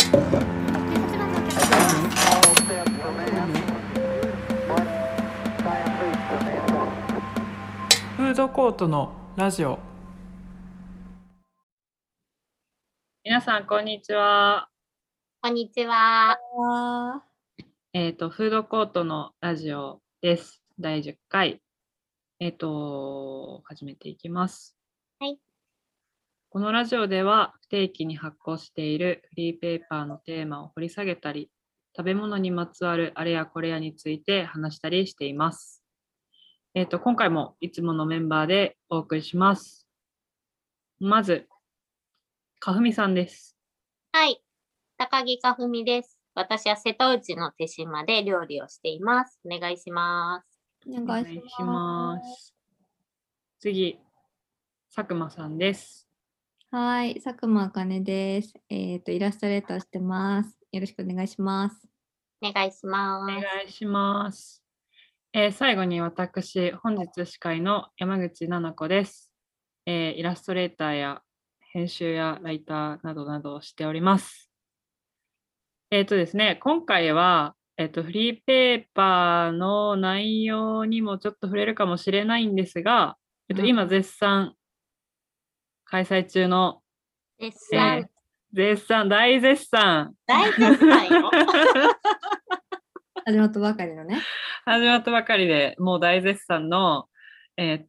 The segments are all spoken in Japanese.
番のお客様。 フードコートのラジオ。皆さんこんにちは。 こんにちは。 フードコートのラジオです。第10回。始めていきます。 はい。 このラジオでは不定期に発行しているフリーペーパーのテーマを掘り下げたり、食べ物にまつわるあれやこれやについて話したりしています。今回もいつものメンバーでお送りします。まず、かふみさんです。 はい。高木かふみです。私は瀬戸内の手島で料理をしています。お願いします。 お願いします。次、佐久間さんです。 はい、佐久間あかねです。イラストレーターしてます。よろしくお願いします。 お願いしまおす。 願いします。最後に私、本日司会の山口奈々子です。イラストレーターや編集やライターなどなどをしております。ですね、今回は、フリーペーパーの内容にもちょっと触れるかもしれないんですが、今絶賛開催中の絶賛。 大絶賛大絶賛よ。 始まったばかりのね。 始まったばかりでもう大絶賛のフー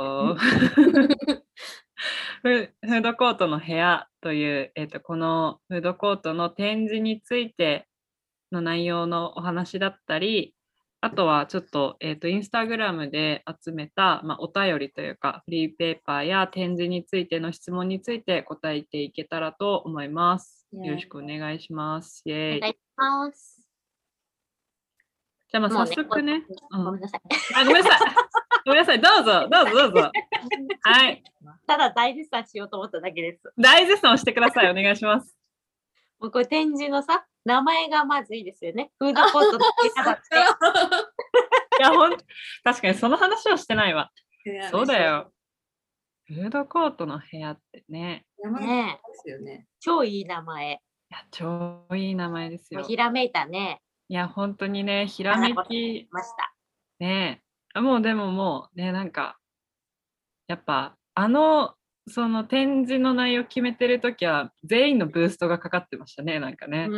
ドコートの部屋という、このフードコートの展示についての内容のお話だったり、あとはちょっと、インスタグラムで集めた、お便りというかフリーペーパーや展示についての質問について答えていけたらと思います。よろしくお願いします。イエーイ。 お願いします。 じゃあ早速ね。 ごめんなさい。 ごめんなさい。ごめんなさい。どうぞ。はい。 ただ大絶賛しようと思っただけです。 大絶賛をしてください。お願いします。 もうこれ展示のさ、名前がまずいいですよね。フードコートの部屋だって。 いや、確かにその話をしてないわ。そうだよ。フードコートの部屋ってね。 名前ですよね。 超いい名前。 いや、超いい名前ですよ。 もうひらめいたね。 いや、本当にね、ひらめきました。 ね。もうね、なんか、やっぱその展示の内容決めてるときは全員のブーストがかかってましたね、なんかね。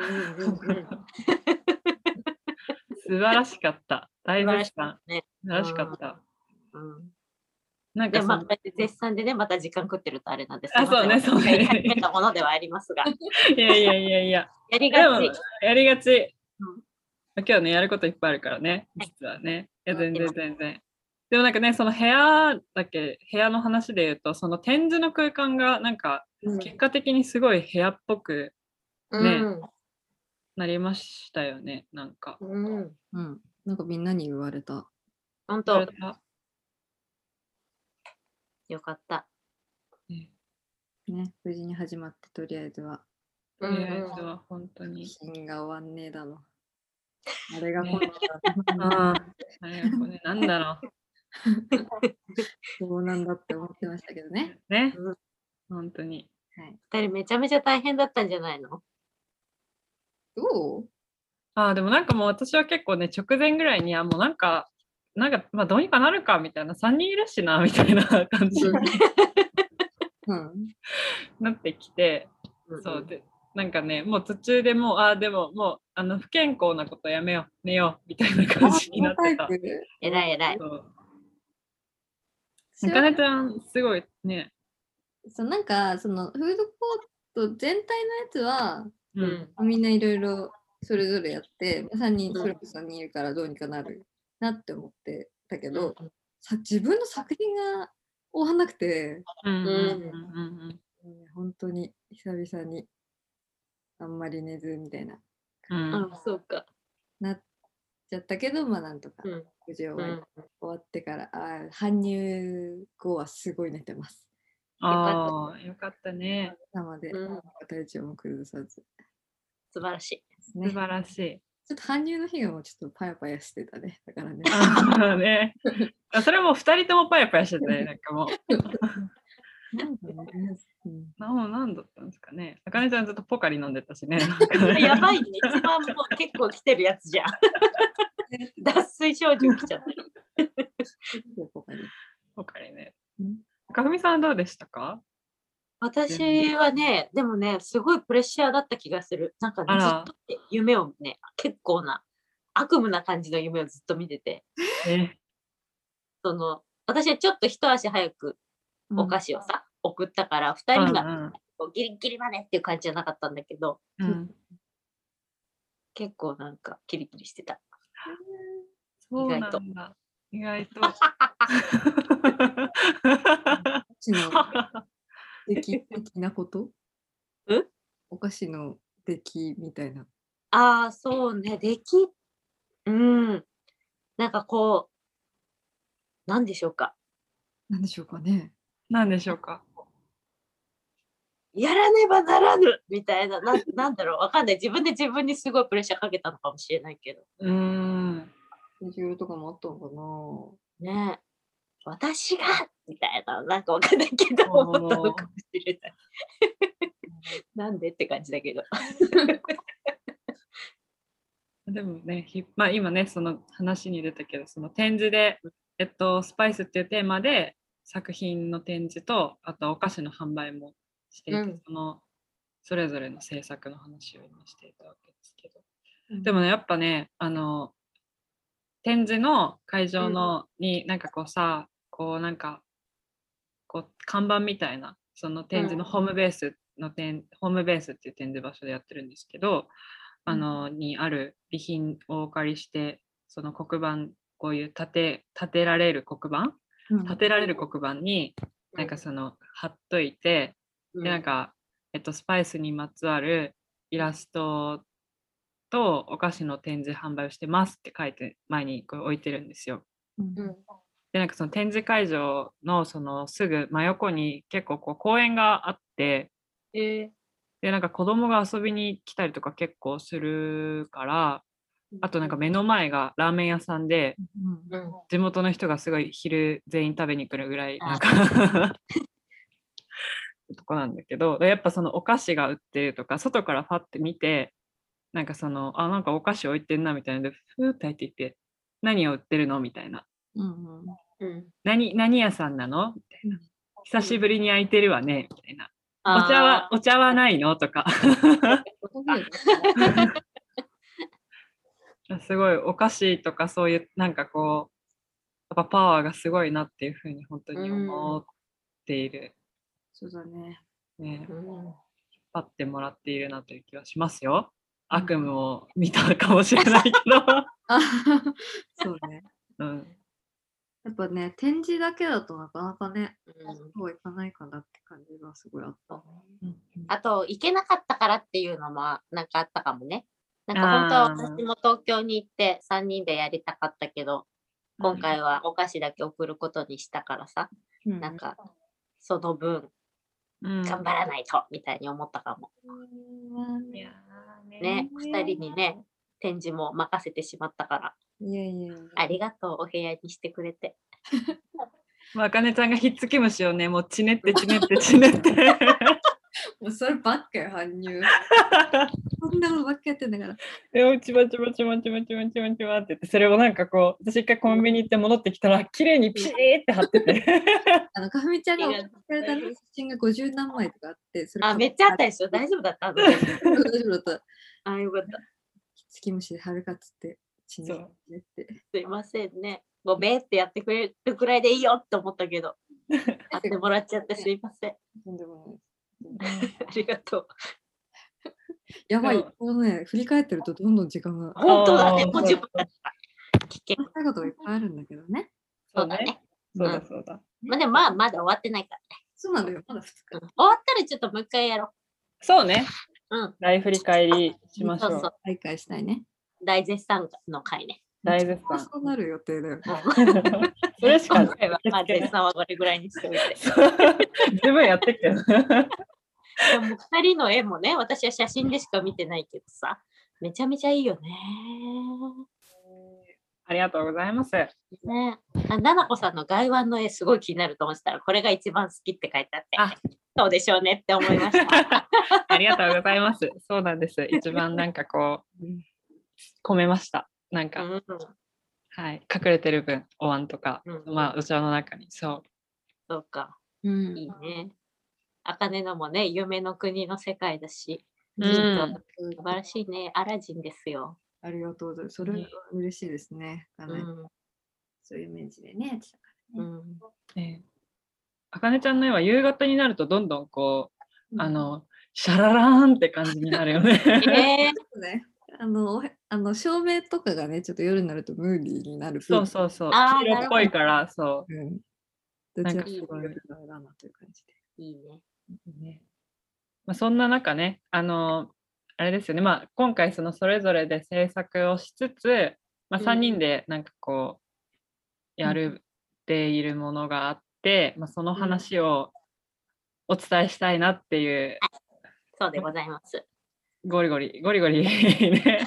素晴らしかった。大絶賛。素晴らしかった。 なんかまあ絶賛でね、また時間食ってるとあれなんですけど、 そうね。 始めたものではありますが。 いや。やりがち。今日ね、やることいっぱいあるからね、実はね。いや、全然。でもなんかね、その部屋の話で言うと、その展示の空間がなんか、結果的にすごい部屋っぽくね、なりましたよね、なんか。 なんかみんなに言われた。 本当。よかった。 ね、無事に始まってとりあえずは。 本当に。 品が終わんねえだの。あれがこれなんだろう。 そうなんだって思ってましたけどね。 ね、本当に。 2人めちゃめちゃ大変だったんじゃないの？ どう？ でもなんかもう私は結構ね、直前ぐらいにもうなんかどうにかなるかみたいな、3人いるしなみたいな感じになってきて、そうでなんかね、もう途中でもうでももう不健康なことやめよう、寝ようみたいな感じになってた。 えらい。 あかねちゃんすごいね。 なんかそのフードコート全体のやつは、みんないろいろそれぞれやって、3人それこそ3人いるからどうにかなるなって思ってたけど、自分の作品が終わんなくて、本当に久々にあんまり寝ずみたいなそうかなっちゃったけど、なんとか無事終わってから搬入後はすごい寝てます。 よかったね。 生で体調も崩さず。 素晴らしい。 素晴らしい。 ちょっと搬入の日がもうちょっとパヤパヤしてたね。だからね。 それはもう2人ともパヤパヤしてたね。なんかもう。 なんだね。 なんだったんですかね。あかねちゃんずっとポカリ飲んでたしね。 やばいね。一番もう結構来てるやつじゃん。脱水症状来ちゃってる。 ポカリねうん。 かふみさんはどうでしたか？ 私はね、でもね、すごいプレッシャーだった気がする。なんかあらずっと夢をね、結構な悪夢な感じの夢をずっと見てて、私はちょっと一足早くお菓子をさ、送ったから、2人がこうギリギリまでっていう感じじゃなかったんだけど、結構なんかキリキリしてた。 そうなんだ。意外と。 出来的なこと？ うんお菓子の出来みたいな。 ああ、そうね、なんかこう、なんでしょうか。 なんでしょうかね。 なんでしょうか。 やらねばならぬみたいな、なんだろう、わかんない。自分で自分にすごいプレッシャーかけたのかもしれないけど。 スケジュールとかもあったのかねえ。私がみたいな、なんかわかんないけど、思ったのかもしれない。なんでって感じだけど。 でもね、まあ、今ね、その話に出たけど、その展示で、スパイスっていうテーマで作品の展示と、あとお菓子の販売もしていて、それぞれの制作の話を今していたわけですけど。でもね、やっぱね、展示の会場になんかこうさ、こうなんか、こう看板みたいな、その展示のホームベースっていう展示場所でやってるんですけど、にある備品をお借りして、その黒板、こういう立てられる黒板に、なんかその貼っといて、でなんか、スパイスにまつわるイラストとお菓子の展示販売をしてますって書いて前にこう置いてるんですよ。でなんかその展示会場のそのすぐ真横に結構こう公園があって、でなんか子供が遊びに来たりとか結構するから、あとなんか目の前がラーメン屋さんで、地元の人がすごい昼全員食べに来るぐらいなんかとこなんだけど、やっぱそのお菓子が売ってるとか外からファって見て、なんかそのなんかお菓子置いてんなみたいなのでふーって入っていって、何を売ってるのみたいな、何屋さんなのみたいな、久しぶりに開いてるわねみたいな、お茶はないのとかすごいお菓子とかそういうなんかこうやっぱパワーがすごいなっていうふうに本当に思っている。 そうだね。 引っ張ってもらっているなという気はしますよ。悪夢を見たかもしれないけど。 そうね。 うん。 やっぱね、展示だけだとなかなかね、そうはいかないかなって感じがすごいあった。 あと、行けなかったからっていうのもなんかあったかもね。なんか本当は私も東京に行って3人でやりたかったけど、今回はお菓子だけ送ることにしたからさ、なんかその分、頑張らないとみたいに思ったかも。ね、2人にね、展示も任せてしまったから。ありがとう、お部屋にしてくれて。 あかねちゃんがひっつき虫をね、もうちねってちねってちねって。 もうそればっかよ、搬入。こんなことばっかやってんだから。 ちまちまちまちまちまちまちまって言って、それをなんかこう、私一回コンビニ行って戻ってきたら、綺麗にピシーって貼ってて。 かふみちゃんが送ってくれた写真が50何枚とかあって、それめっちゃあったでしょ。大丈夫だった大丈夫だった。 よかった。 ひっつき虫で貼るかっつって。 すいませんね。ごめんってやってくれるくらいでいいよって思ったけど、やってもらっちゃってすいません。ありがとう。 やばい、このね、振り返ってるとどんどん時間が。 本当だね、もう10分だった。 聞けないことがいっぱいあるんだけどね。 そうだね。そうだ。 でもまだ終わってないからね。 そうなんだよ、まだ2日。 終わったらちょっともう一回やろう。 そうね。大振り返りしましょう。 再開したいね。 大絶賛の回ね。 大絶賛。 そうなる予定だよ。 それしか絶賛はこれぐらいにしておいて。 十分やってっけど。 でも2人の絵もね、私は写真でしか見てないけどさ、めちゃめちゃいいよね。 ありがとうございます。 ね、ななこさんの外腕の絵すごい気になると思ってたら、これが一番好きって書いてあって、 あ、 そうでしょうねって思いました。 ありがとうございます。そうなんです。一番なんかこう、込めました。なんか、はい、隠れてる分、お椀とか、まあ、器の中に、そう。 そうか。いいね。あかねのもね、夢の国の世界だし、きっと素晴らしいね。アラジンですよ。 ありがとうございます。それは嬉しいですね。そういうイメージでね。 あかねちゃんの絵は夕方になるとどんどんこう、シャララーンって感じになるよね。 照明とかがね、ちょっと夜になるとムーディーになる。 そうそうそう。黄色っぽいから、そう。 どちらかすごいだなという感じで。 いいね。 まあ、そんな中ね、あれですよね、まあ、今回それぞれで制作をしつつ、まあ、3人でなんかこうやっているものがあって、まあ、その話をお伝えしたいなっていう、 そうでございます。 ゴリゴリね。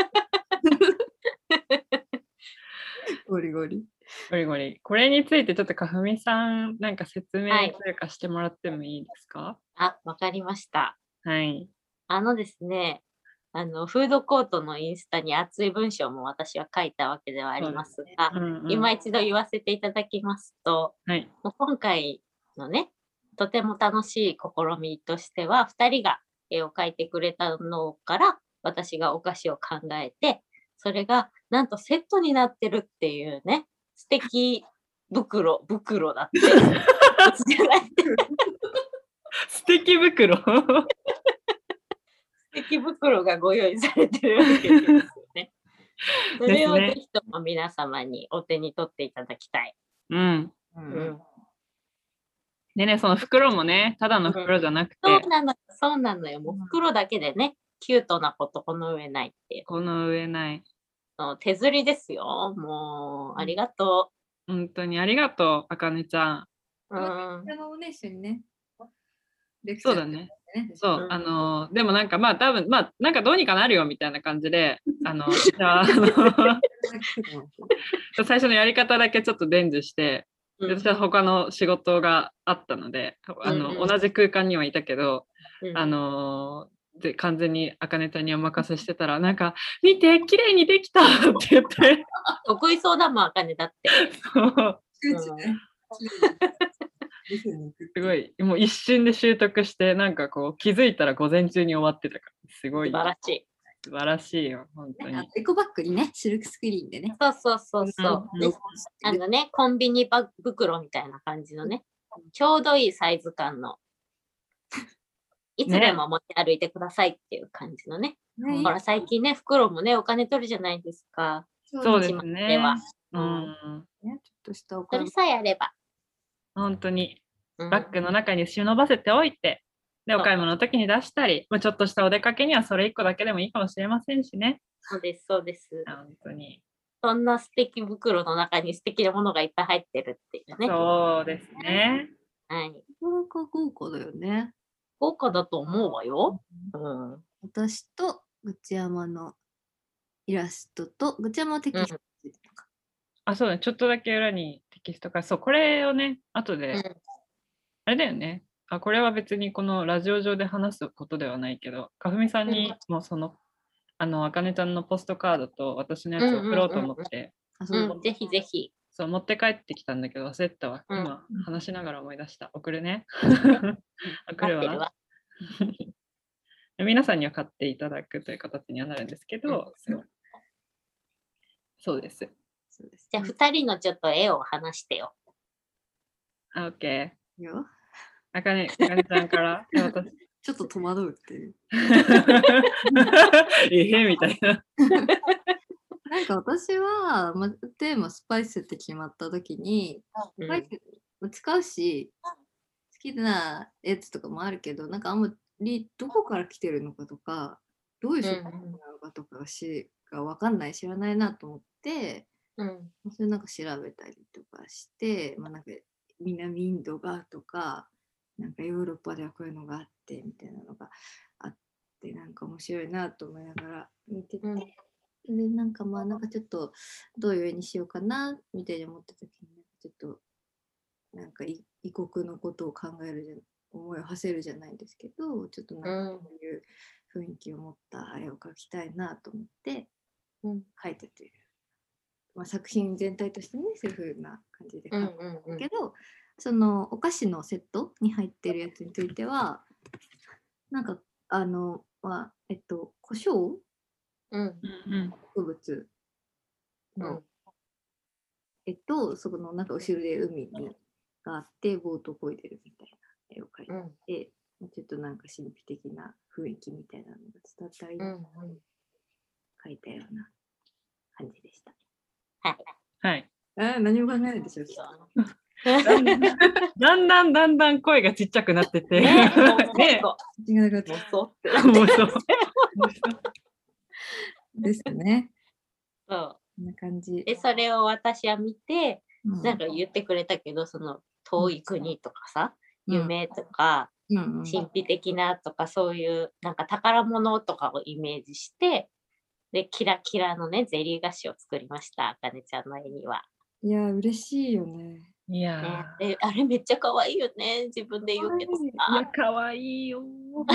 ゴリゴリ。 これについてちょっとかふみさんなんか説明というかしてもらってもいいですか？ わかりました。 はい。 ですね、フードコートのインスタに熱い文章も私は書いたわけではありますが、今一度言わせていただきますと、もう今回のね、とても楽しい試みとしては、2人が絵を描いてくれたのから私がお菓子を考えて、それがなんとセットになってるっていうね、素敵袋だって。 素敵袋素敵袋がご用意されてるわけですよね。それをぜひとも皆様にお手に取っていただきたい。 でね、その袋もね、ただの袋じゃなくて。 そうなのよ。もう袋だけでね、キュートなことこの上ないっていう。 この上ない。 手刷りですよ。もう、ありがとう。本当にありがとう、あかねちゃん。そうだね。そう、でもなんかまあ多分、まあなんかどうにかなるよみたいな感じで、じゃあ、最初のやり方だけちょっと伝授して、私は他の仕事があったので、同じ空間にはいたけど、で完全にあかねちゃんにお任せしてたら、なんか見て綺麗にできたって言って。 得意そうだもん、あかねだって。 そう。すごい、もう一瞬で習得して、なんかこう気づいたら午前中に終わってたから、すごい。 素晴らしい。 素晴らしいよ、本当に。 エコバッグにね、シルクスクリーンでね。 そう。コンビニ袋みたいな感じのね、ちょうどいいサイズ感の。いつでも持ち歩いてくださいっていう感じのね。ほら、最近ね、袋もね、お金取るじゃないですか。 そうですね。 ちょっとしたお金。それさえあれば。 本当に。バッグの中に忍ばせておいて、で、お買い物の時に出したり、ちょっとしたお出かけにはそれ1個だけでもいいかもしれませんしね。 そうです。 本当に。 そんな素敵袋の中に素敵なものがいっぱい入ってるっていうね。 そうですね。 はい。 なかなか豪華だよね。 豪華だと思うわよ。 私とぐち山のイラストとぐち山のテキストとか。 そうだね。ちょっとだけ裏にテキストが、そう、これをね、後で、あれだよね。これは別にこのラジオ上で話すことではないけど、かふみさんにもあかねちゃんのポストカードと私のやつを送ろうと思って、 ぜひぜひ。 そう、持って帰ってきたんだけど忘れてたわ。今、話しながら思い出した。送るね。送るわ。皆さんには買っていただくという形にはなるんですけど、そうです。 じゃあ、2人のちょっと絵を話してよ。 OK。あかねちゃんから。 ちょっと戸惑うっていう。 みたいな。 なんか私は、テーマスパイスって決まった時に、スパイス使うし、好きなやつとかもあるけど、なんかあんまりどこから来てるのかとか、どういう食品なのかとかが分かんない、知らないなと思って、それなんか調べたりとかして、なんか南インドがとか、なんかヨーロッパではこういうのがあってみたいなのがあって、なんか面白いなと思いながら見てて、 で、なんかまあ、なんかちょっと、どういう絵にしようかな、みたいに思った時に、ちょっと、なんか異国のことを考えるじゃん、思いを馳せるじゃないですけど、ちょっとなんかそういう雰囲気を持った絵を描きたいなと思って描いてて、まあ、作品全体としてね、そういう風な感じで描くんだけど、そのお菓子のセットに入ってるやつについては、なんかまあ、胡椒植物のそこのなんか後ろで海があってボートを漕いでるみたいな絵を描いて、ちょっとなんか神秘的な雰囲気みたいなのが伝わったり描いたような感じでした。 はい。 何も考えないでしょ。 だんだん声がちっちゃくなってて。 ね、 違うそうですね。 そう。 こんな感じ。 で、それを私は見て、なんか言ってくれたけど、その遠い国とかさ、夢とか、神秘的なとか、そういうなんか宝物とかをイメージして、で、キラキラのね、ゼリー菓子を作りました、あかねちゃんの絵には。 いや、嬉しいよね。 いやね、あれめっちゃ可愛いよね、自分で言うけどさ。 いや、可愛いよ。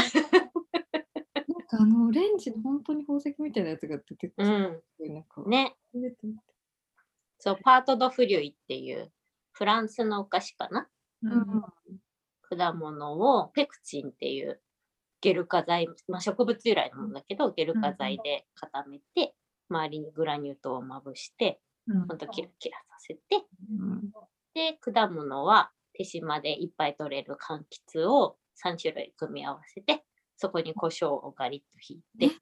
なんかオレンジの本当に宝石みたいなやつが出てくる。 ね。そう、パートドフリュイっていうフランスのお菓子かな。果物をペクチンっていうゲル化剤、まあ、植物由来のものだけど、ゲル化剤で固めて、周りにグラニュー糖をまぶして、ほんとキラキラさせて、で、果物は手島でいっぱい取れる柑橘を3種類組み合わせて、そこに胡椒をガリッとひいて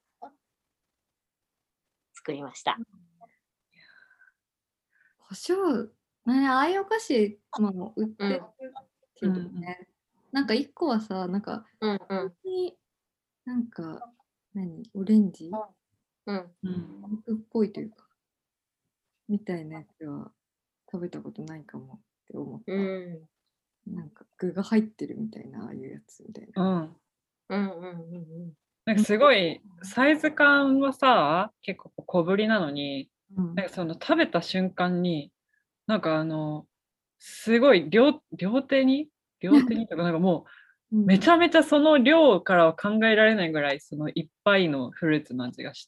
作りました。 胡椒、ああいうお菓子も売ってるけどね。なんか1個はさ、なんか、なんか、オレンジ肉っぽいというか、みたいなやつは食べたことないかもって思った。なんか具が入ってるみたいな、ああいうやつみたいな。 なんかすごいサイズ感はさ、結構小ぶりなのに、なんかその食べた瞬間に、なんかすごい両手にとか、なんかもうめちゃめちゃその量からは考えられないぐらい、そのいっぱいのフルーツの味がして、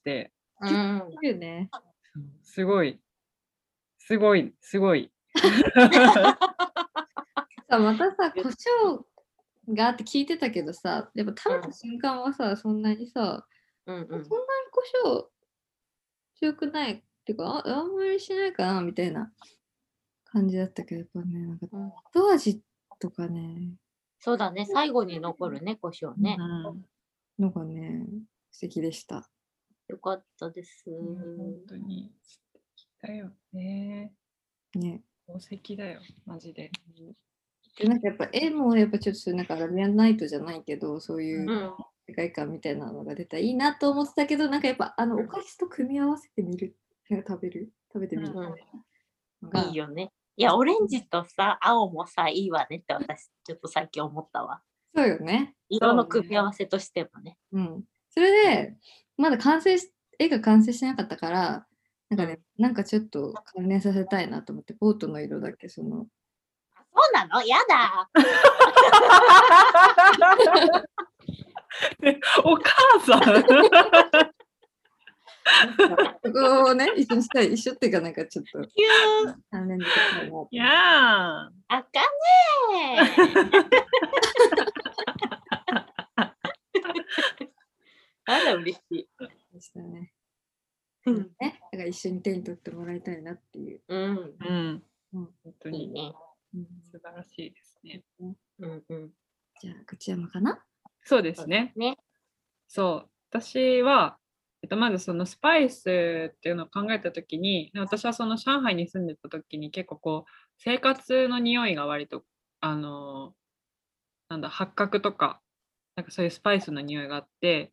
すごい。 さ、またさ、胡椒があって聞いてたけどさ、やっぱ食べた瞬間はさ、そんなにさ、そんなに胡椒強くないっていうか、あんまりしないかなみたいな感じだったけど、やっぱね、なんか後味とかね。 そうだね、最後に残るね、胡椒ね。 のがね、素敵でした。 よかったです。 本当に素敵だよね。 ね。 宝石だよ、マジで。 で、なんかやっぱ絵もやっぱちょっとなんかアラビアンナイトじゃないけど、そういう世界観みたいなのが出たらいいなと思ってたけど、なんかやっぱお菓子と組み合わせてみる、食べてみる。 いいよね。いや、オレンジとさ、青もさ、いいわねって私、ちょっと最近思ったわ。 そうよね。 色の組み合わせとしてもね。 それで、まだ絵が完成してなかったから、なんかね、なんかちょっと関連させたいなと思って、ボートの色だけそうなの？やだお母さんそこをね、一緒にしたい。一緒っていうか、なんかちょっと関連でたいな。 いやー。 あかねあら、嬉しい。 でしたね。だから一緒に手に取ってもらいたいなっていう。 本当にいいね。 素晴らしいですね。 じゃあ、口山かな？ そうですね。そう。私は、まずそのスパイスっていうのを考えたときに、私はその上海に住んでたときに結構こう、生活の匂いが割と、なんだ、八角とか、なんかそういうスパイスの匂いがあって、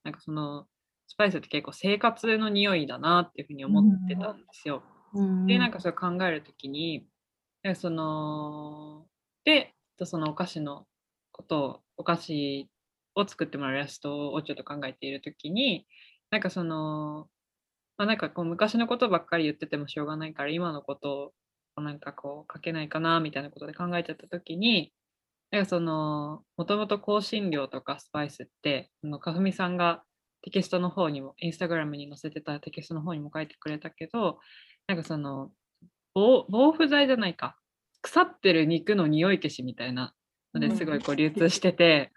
なんかそのスパイスって結構生活の匂いだなっていうふうに思ってたんですよ。で、なんかそれ考えるときに、そのお菓子のことを、お菓子を作ってもらうイラストをちょっと考えているときに、なんかそのまあ、なんかこう昔のことばっかり言っててもしょうがないから今のことをなんかこう書けないかなみたいなことで考えちゃった時に、なんかそのもともと香辛料とかスパイスってかふみさんがテキストの方にもインスタグラムに載せてたテキストの方にも書いてくれたけど、なんかその防腐剤じゃないか、腐ってる肉の匂い消しみたいなのですごいこう流通してて、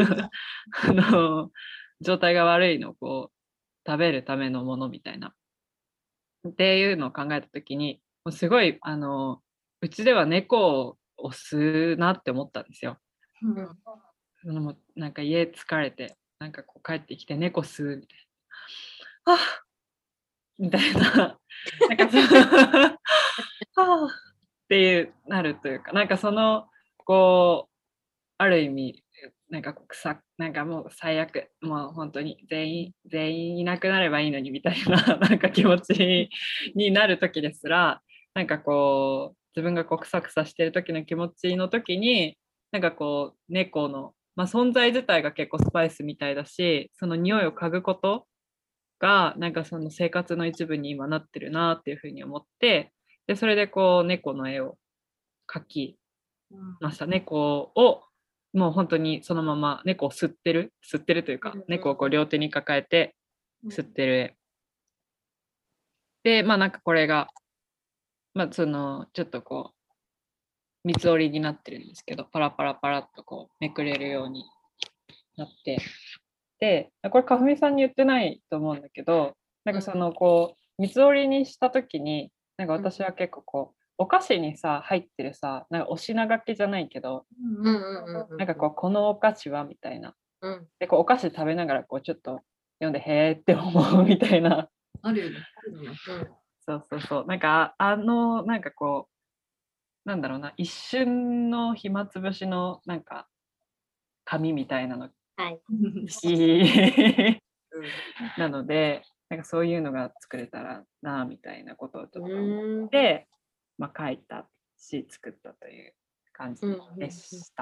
状態が悪いのをこう食べるためのものみたいなっていうのを考えた時に、もうすごいうちでは猫を吸うなって思ったんですよ。もうなんか家疲れてなんかこう帰ってきて猫吸うみたいな、はあみたいな、なんかはあっていうなるというか、なんかそのこうある意味なんかなんかもう最悪、もう本当に全員いなくなればいいのにみたいななんか気持ちになる時ですら、なんかこう自分がこうクサクサしてる時の気持ちの時に、なんかこう猫の、まあ、存在自体が結構スパイスみたいだし、その匂いを嗅ぐことがなんかその生活の一部に今なってるなっていうふうに思って、でそれでこう猫の絵を描きました。猫をもう本当にそのまま猫を吸ってるというか、猫をこう両手に抱えて吸ってる絵で、まあなんかこれが、まあそのちょっとこう三つ折りになってるんですけど、パラパラパラっとこうめくれるようになって、でこれかふみさんに言ってないと思うんだけど、なんかそのこう三つ折りにした時に、なんか私は結構こうお菓子にさ入ってるさ、なんかお品書きじゃないけど、なんかこうこのお菓子はみたいな、でこうお菓子食べながらこうちょっと読んでへーって思うみたいな、 あるよね。 そうそうそう、なんかなんかこうなんだろうな、一瞬の暇つぶしのなんか紙みたいなの好きなので、なんかそういうのが作れたらなみたいなことをちょっと思って、まあ、書いたし作ったという感じでした。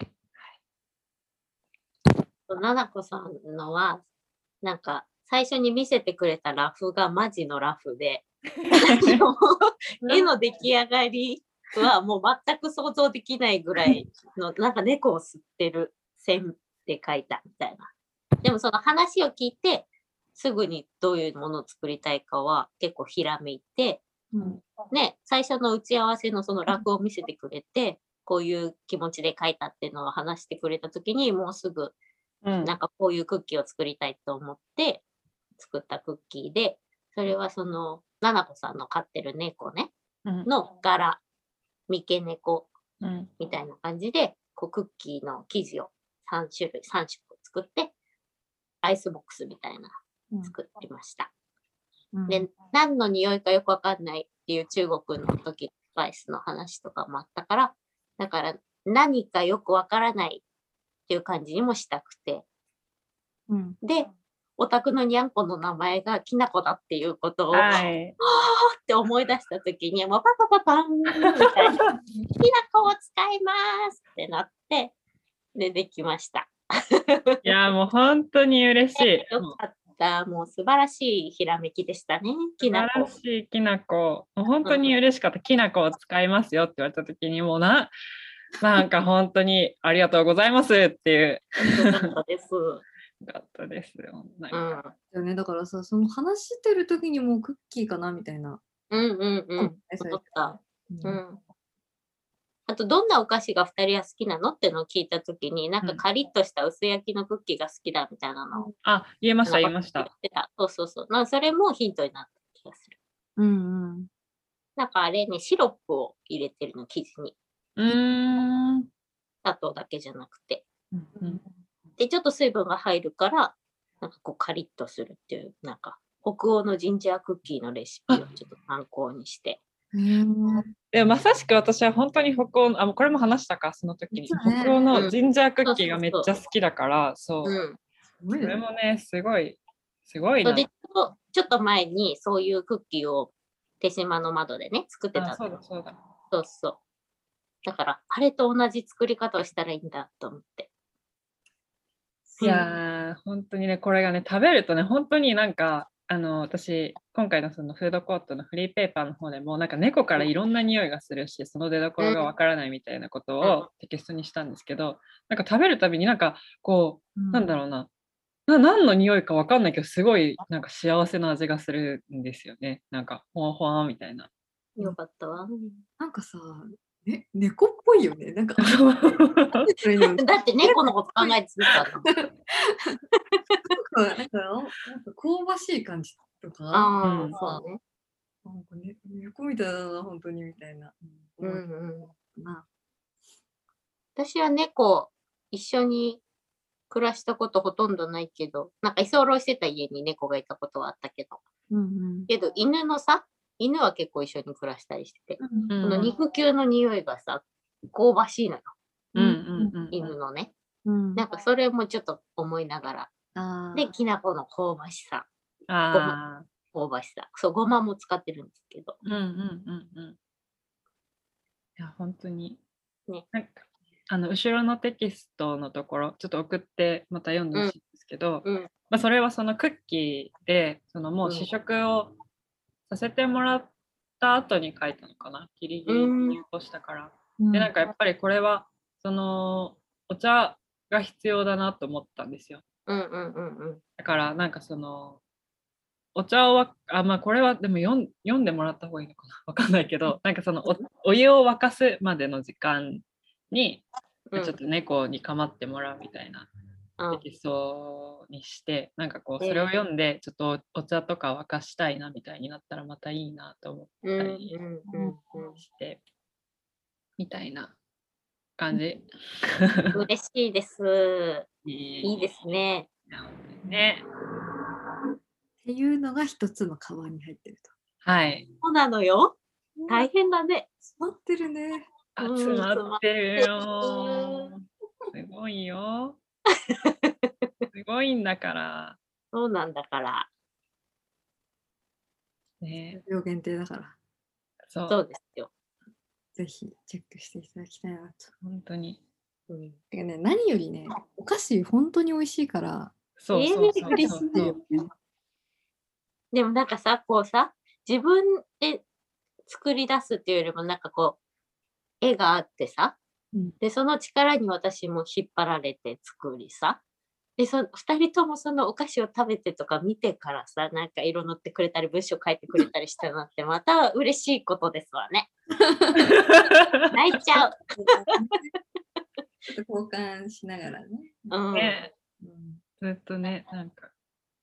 ななこさんのはなんか最初に見せてくれたラフがマジのラフで絵の出来上がりはもう全く想像できないぐらいのなんか猫を吸ってる線で描いたみたいな。でもその話を聞いてすぐにどういうものを作りたいかは結構ひらめいて、ね、最初の打ち合わせのそのラフを見せてくれてこういう気持ちで描いたっていうのを話してくれた時にもうすぐなんかこういうクッキーを作りたいと思って作ったクッキーで、それはそのななこさんの飼ってる猫ね、の柄、三毛猫みたいな感じで、こうクッキーの生地を3色作って、アイスボックスみたいなの作ってました。で、何の匂いかよくわかんないっていう中国の時のスパイスの話とかもあったから、だから何かよくわからないっていう感じにもしたくて、でお宅のにゃんこの名前がきなこだっていうことを、って思い出した時にもうパパパパンみたいなきなこを使いますってなってでできました。 いやもう本当に嬉しい。 よかった。もう素晴らしいひらめきでしたね。 素晴らしいきなこ。もう本当に嬉しかった。きなこを使いますよって言われた時にもうなんか本当にありがとうございますっていう。 よかったです。 よかったですよ。 だからさ、その話してる時にもうクッキーかなみたいな。 思った。あとどんなお菓子が2人は好きなのってのを聞いた時になんかカリッとした薄焼きのクッキーが好きだみたいなのを、 言えました。 そうそれもヒントになった気がする。なんかあれね、シロップを入れてるの、生地に。砂糖だけじゃなくて。でちょっと水分が入るからなんかこうカリッとするっていう、なんか北欧のジンジャークッキーのレシピをちょっと参考にして。 でまさしく私は本当に北欧のこれも話したかその時に、北欧のジンジャークッキーがめっちゃ好きだから、それもねすごいな。 でちょっと前にそういうクッキーを手島の窓でね作ってた。そうだからあれと同じ作り方をしたらいいんだと思って。 いや本当にねこれがね食べるとね本当になんか私今回のそのフードコートのフリーペーパーの方でもなんか猫からいろんな匂いがするしその出所がわからないみたいなことをテキストにしたんですけど、なんか食べるたびになんかこう、なんだろうな、何の匂いかわかんないけどすごいなんか幸せな味がするんですよね。なんかほわほわみたいな。 よかったわ。 なんかさ、猫っぽいよね。なんかだって猫のこと考えて作ったの。 なんか香ばしい感じとか、 ああ、そうね。 なんかね、猫みたいだな、本当にみたいな。 私は猫、一緒に暮らしたことほとんどないけど、なんか居候してた家に猫がいたことはあったけど、けど犬は結構一緒に暮らしたりしてて、この肉球の匂いがさ、香ばしいのよ。犬のね。なんかそれもちょっと思いながら。で、きな粉の香ばしさ。香ばしさ。そう、ごまも使ってるんですけど。 いや、本当に。 ね。 なんか後ろのテキストのところ、ちょっと送ってまた読んでほしいんですけど、まあ、それはそのクッキーで、そのもう試食をさせてもらった後に書いたのかな。ギリギリ入稿したから。で、なんかやっぱりこれは、そのお茶が必要だなと思ったんですよ。だからなんかそのお茶をまあこれはでも読んでもらった方がいいのかなわかんないけど、なんかそのお湯を沸かすまでの時間にちょっと猫に構ってもらうみたいなテキストにして、なんかこうそれを読んでちょっとお茶とか沸かしたいなみたいになったらまたいいなと思ったりしてみたいな感じ。 嬉しいです。いいですね。 ね。 っていうのが一つのカバンに入ってると。 はい。 そうなのよ。大変だね。 詰まってるね。 詰まってるよ。すごいよ。すごいんだから。 そうなんだから。 ね。 量限定だから。 そうですよ。 ぜひチェックしていただきたいなと。 本当に。 てかね、何よりね、お菓子本当に美味しいから。 そう。 でもなんかさ、こうさ、自分で作り出すっていうよりもなんかこう、絵があってさ、で、その力に私も引っ張られて作りさ、で、2人ともそのお菓子を食べてとか見てからさ、なんか色塗ってくれたり、文章書いてくれたりしたのってまた嬉しいことですわね。泣いちゃう。 ちょっと交換しながらね。ずっとね、なんか。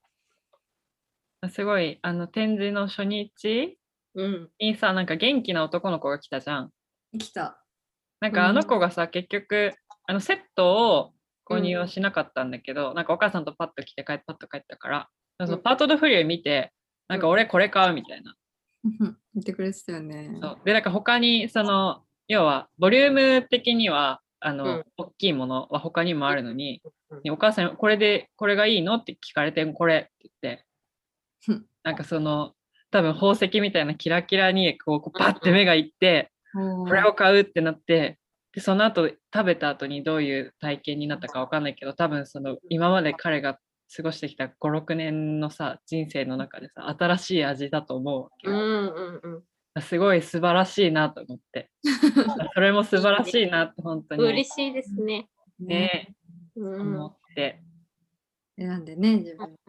すごい展示の初日にさ、なんか元気な男の子が来たじゃん。 来た。 なんか子がさ、結局セットを購入はしなかったんだけど、なんかお母さんとパッと来てパッと帰ったから、そのパート・ド・フリュー見て、なんか俺これ買うみたいな。 言ってくれてたよね。 そうで、なんか他にその要はボリューム的には大きいものは他にもあるのに、お母さんこれがいいのって聞かれて、これって言って。なんかその多分宝石みたいなキラキラにこうパッて目がいって、これを買うってなって、でその後食べた後にどういう体験になったかわかんないけど、多分その今まで彼が過ごしてきた5、6年のさ人生の中でさ新しい味だと思うわけ。すごい素晴らしいなと思ってそれも素晴らしいなって本当に嬉しいですね。 ね、思って選んでね、自分。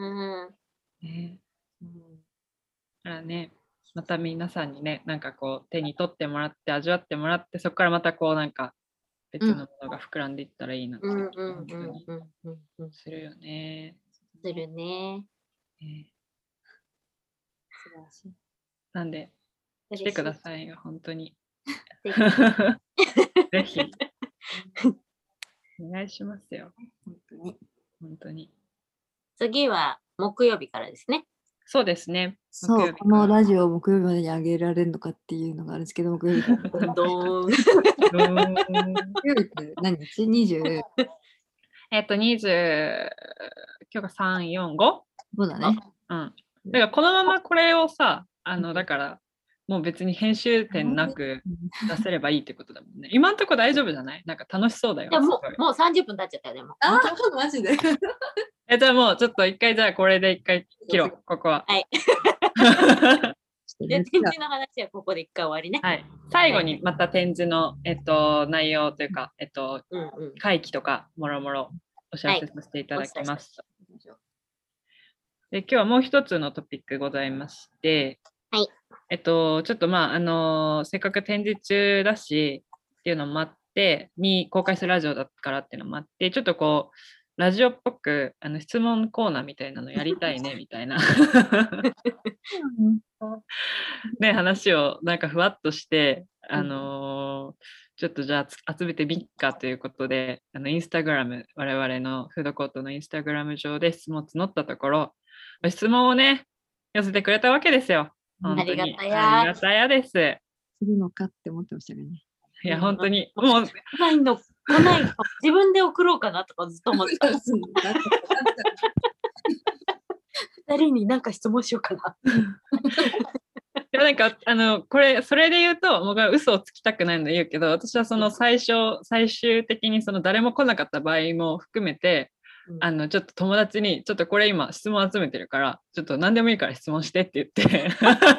だからね、また皆さんにね、なんかこう手に取ってもらって味わってもらって、そこからまたこうなんか別のものが膨らんでいったらいいなって本当にするよね。 するね。 素晴らしい。 なんで来てくださいよ、本当に。ぜひお願いしますよ。本当に。 次は木曜日からですね。 そうですね。 そう、このラジオを木曜日までに上げられるのかっていうのがあるんですけど、木曜日から。木曜日って何日 ?20？ 20、今日が3、4、5？ そうだね。 だからこのままこれをさ、だからもう別に編集点なく出せればいいってことだもんね。今んとこ大丈夫じゃない？なんか楽しそうだよ。 もう30分経っちゃったよ、でも。 あ、マジで。 じゃあもうちょっと一回じゃあこれで一回切ろう、ここは。 はい。で、展示の話はここで一回終わりね。 はい。最後にまた展示の、内容というか、会期とかもろもろお知らせさせていただきます。で、今日はもう一つのトピックございまして、 はい。 ちょっとまあ、せっかく展示中だしっていうのもあって、公開するラジオだからっていうのもあって、ちょっとこう、ラジオっぽく質問コーナーみたいなのやりたいねみたいなね、話をなんかふわっとして、ちょっとじゃあ集めてみっかということで、インスタグラム、我々のフードコートのインスタグラム上で質問を募ったところ、質問をね、寄せてくれたわけですよ。本当に。ありがたやです。するのかって思ってましたけどね。 いや、本当に。もう、 来ないの、自分で送ろうかなとかずっと思ってた。2人に何か質問しようかな。 いやなんかそれで言うと僕は嘘をつきたくないので言うけど、私はその最終的にその誰も来なかった場合も含めて、ちょっと友達にちょっとこれ今質問集めてるからちょっと何でもいいから質問してって言って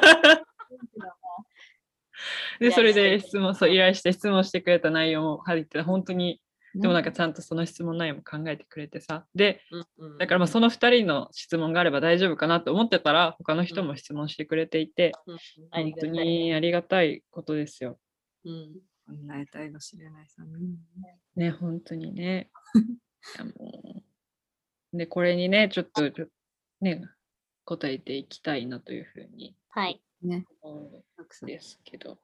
でそれで依頼して質問してくれた内容も入って本当にでもなんかちゃんとその質問内容も考えてくれてさ、でだからまあその2人の質問があれば大丈夫かなと思ってたら他の人も質問してくれていて、本当にありがたいことですよ。 こんな得体の知れない3 人ね、本当にね。でこれにねちょっとね答えていきたいなというふうに思うんですけど、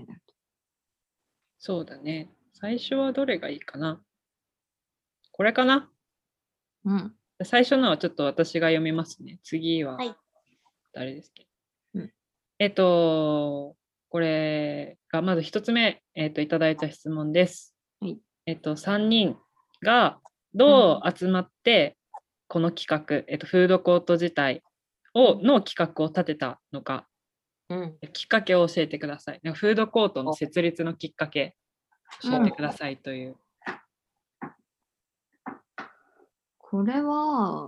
そうだね。最初はどれがいいかな。これかな。最初のはちょっと私が読みますね。次は誰ですっけ。これがまず1つ目、いただいた質問です。3人がどう集まってこの企画、フードコート自体の企画を立てたのか、きっかけを教えてください。フードコートの設立のきっかけ教えてくださいという。 これは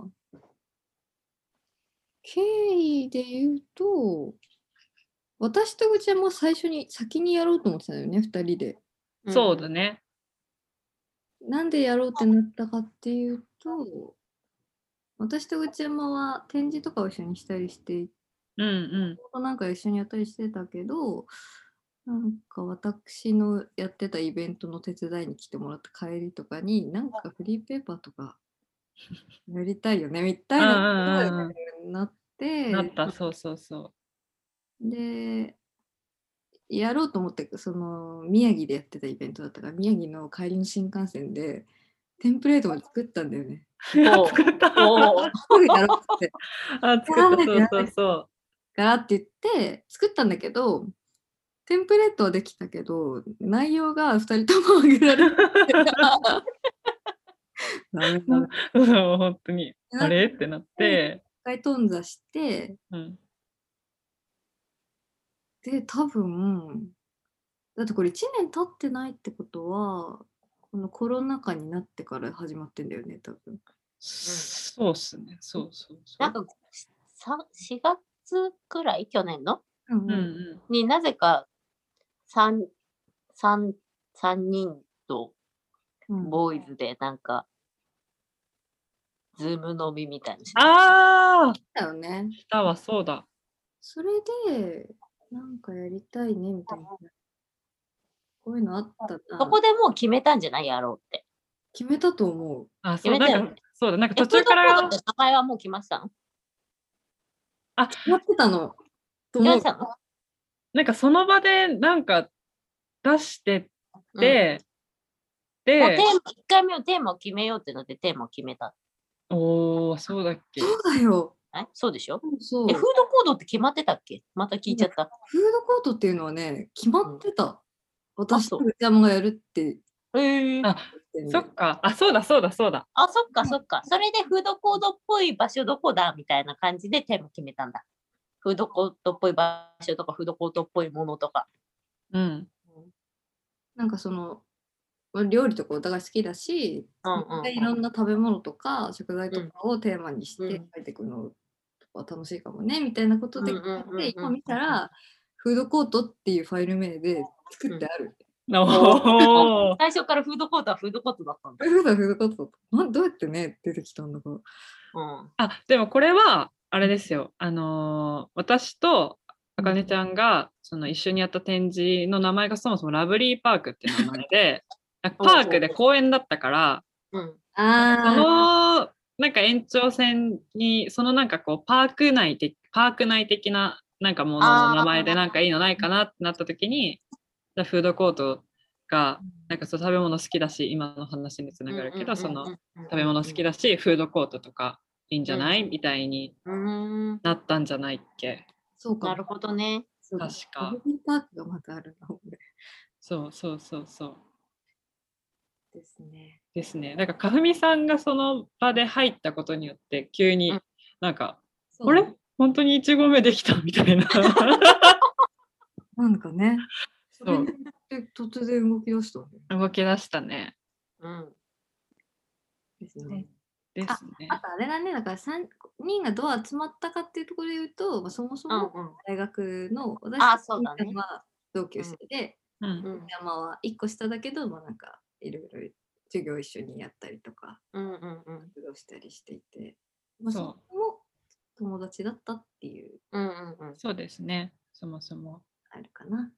経緯で言うと私とうちはもう先にやろうと思ってたよね、2人で。 そうだね。 なんでやろうってなったかっていうと、私と内山は展示とかを一緒にしたりして、なんか一緒にやったりしてたけど、なんか私のやってたイベントの手伝いに来てもらった帰りとかに、なんかフリーペーパーとかやりたいよねみたいなになって。 なった、そうそうそう。 で、やろうと思って、宮城でやってたイベントだったから、宮城の帰りの新幹線で、テンプレートまで作ったんだよね。 作った。 すぐやろうって。 作った、そうそう。 ガラって言って作ったんだけど、テンプレートはできたけど、内容が2人とも上げられない。本当に、あれってなって。 一回頓挫して、で、多分、だってこれ1年経ってないってことは、このコロナ禍になってから始まってんだよね、多分。 そうっすね。そうそうそう。 なんか4月くらい去年の、になぜか3人とボーイズでなんか、ズーム飲みみたいな。 ああだよね。 したわ、そうだ。 それで、なんかやりたいねみたいな。こういうのあったな。 そこでもう決めたんじゃないやろうって。 決めたと思う。 あ、そうだよね。そうだ、なんか途中から。 名前はもう決まってたの？ 決まってたの。 決まってたの？ なんかその場でなんか出してて、 で、1回目のテーマを決めようってのでテーマを決めた。 おー、そうだっけ。 そうだよ。 そうでしょ？ そう。 フードコートって決まってたっけ？また聞いちゃった。 フードコートっていうのはね、決まってた。私と内山がやるって。 そっか。あ、そうだそうだそうだ。 あ、そっかそっか。それでフードコートっぽい場所どこだみたいな感じでテーマ決めたんだ。フードコートっぽい場所とかフードコートっぽいものとか。 なんか料理とかお互い好きだし、いろんな食べ物とか食材とかをテーマにして書いていくのとか楽しいかもねみたいなことで、今見たらフードコートっていうファイル名で作ってある。 最初からフードコートはフードコートだったんだ。 フードコートだった。どうやってね出てきたんだか。 でもこれはあれですよ。私とあかねちゃんがその一緒にやった展示の名前がそもそもラブリーパークっていう名前でパークで公園だったから、そのなんか延長線にそのなんかこうパーク内的ななんかものの名前でなんかいいのないかなってなった時に、フードコートがなんかそう食べ物好きだし、今の話につながるけど、その食べ物好きだしフードコートとかいいんじゃない、みたいになったんじゃないっけ。 そうか。 なるほどね。 確か。 ラブリーパークがまたあるの。 そう。 ですね。 ですね。だからかふみさんがその場で入ったことによって急になんか、あれ本当に1合目できたみたいな。 なんかね。 そう。 突然動き出したね。 動き出したね。 ですね。 あとあれだね、だから3人がどう集まったかっていうところで言うと、そもそも大学の私は同級生で、山は1個下だけど、なんかいろいろ授業一緒にやったりとか、活動したりしていて、そも友達だったっていう。 そうですね。そもそも。 あるかな。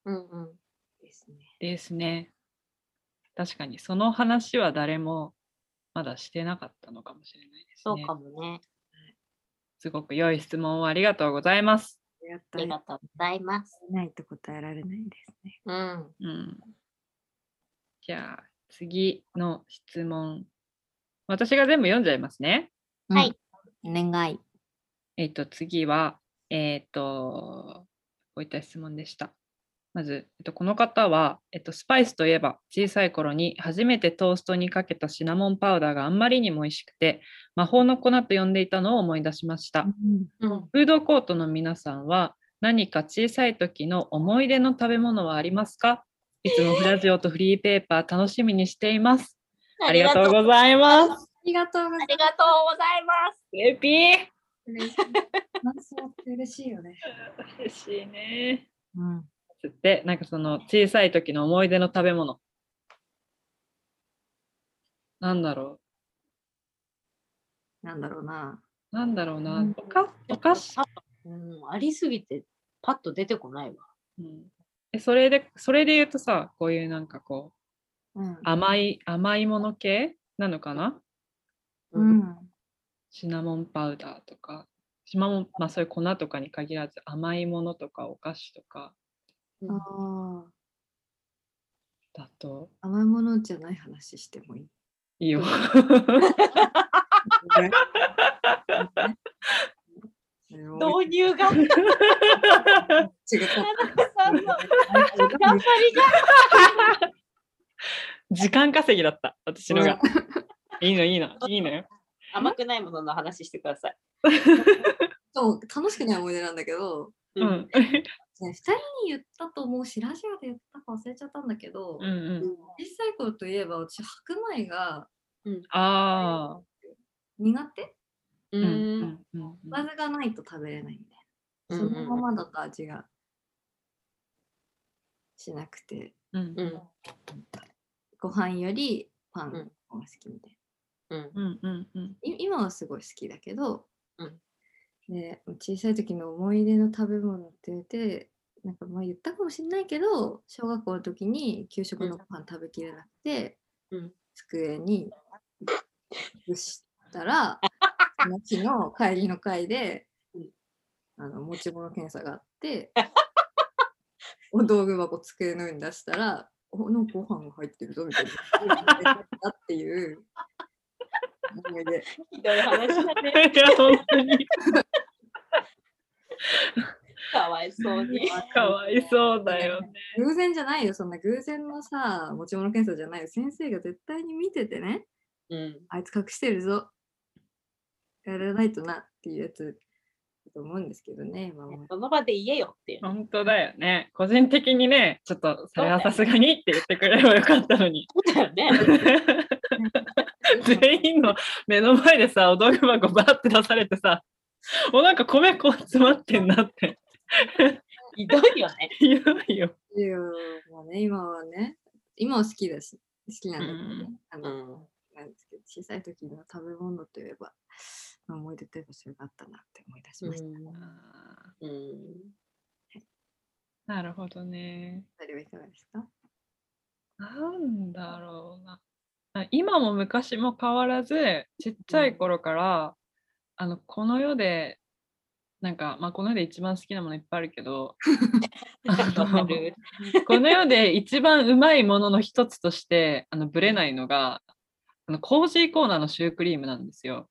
ですね。確かにその話は誰もまだしてなかったのかもしれないですね。 そうかもね。 すごく良い質問をありがとうございます。 ありがとうございます。 ないと答えられないですね。 じゃあ次の質問。私が全部読んじゃいますね。 はい。 お願い。 次はこういった質問でした。まず、この方は、スパイスといえば小さい頃に初めてトーストにかけたシナモンパウダーがあんまりにも美味しくて魔法の粉と呼んでいたのを思い出しました。フードコートの皆さんは何か小さい時の思い出の食べ物はありますか？いつもフラジオとフリーペーパー楽しみにしています。ありがとうございます。 ありがとうございます。 レピー。 嬉しいよね。 嬉しいね。で、なんかその小さい時の思い出の食べ物。なんだろうな。 お菓子、 ありすぎてパッと出てこないわ。 それで言うとさ、こういうなんかこう、甘いもの系なのかな？シナモンパウダーとか、そういう粉とかに限らず甘いものとかお菓子とか。だと甘いものじゃない話してもいい？ いいよ。 導入が頑張りが時間稼ぎだった私のが。いいのよ。 甘くないものの話してください。 そう楽しくない思い出なんだけど、2人に言ったと思うしラジオで言ったか忘れちゃったんだけど、小さい頃といえば私白米が苦手、おかずがないと食べれないみたいな、そのままだと味がしなくて、ご飯よりパンが好きみたいな。今はすごい好きだけど、で小さい時の思い出の食べ物って言ってなんか言ったかもしれないけど、小学校の時に給食のご飯食べきれなくて、机に移したらその日の帰りの会で持ち物検査があってお道具箱机の上に出したらなんかご飯が入ってるぞみたいなっていう思い出。 ひどい話だね。 本当にかわいそうに。 かわいそうだよね。 偶然じゃないよ、そんな偶然のさ持ち物検査じゃないよ。先生が絶対に見ててね、あいつ隠してるぞ、やらないとなっていうやつと思うんですけどね、今も。 その場で言えよっていう。 本当だよね。個人的にね、ちょっとそれはさすがにって言ってくれればよかったのに。 そうだよね。 全員の目の前でさ、お道具箱バーって出されてさ、もうなんか米こう詰まってんなって。 ひどいよね。 ひどいよ。 いやもうね、今はね、今は好きだし、好きなんだけどね。なんですけど、小さい時の食べ物といえば、思い出といえばそれがあったなって思い出しました。 なるほどね。 2人はいかがですか？ なんだろうな。今も昔も変わらず、ちっちゃい頃から、この世で、なんか、この世で一番好きなものいっぱいあるけど、この世で一番うまいものの一つとして、ぶれないのが、コージーコーナーのシュークリームなんですよ。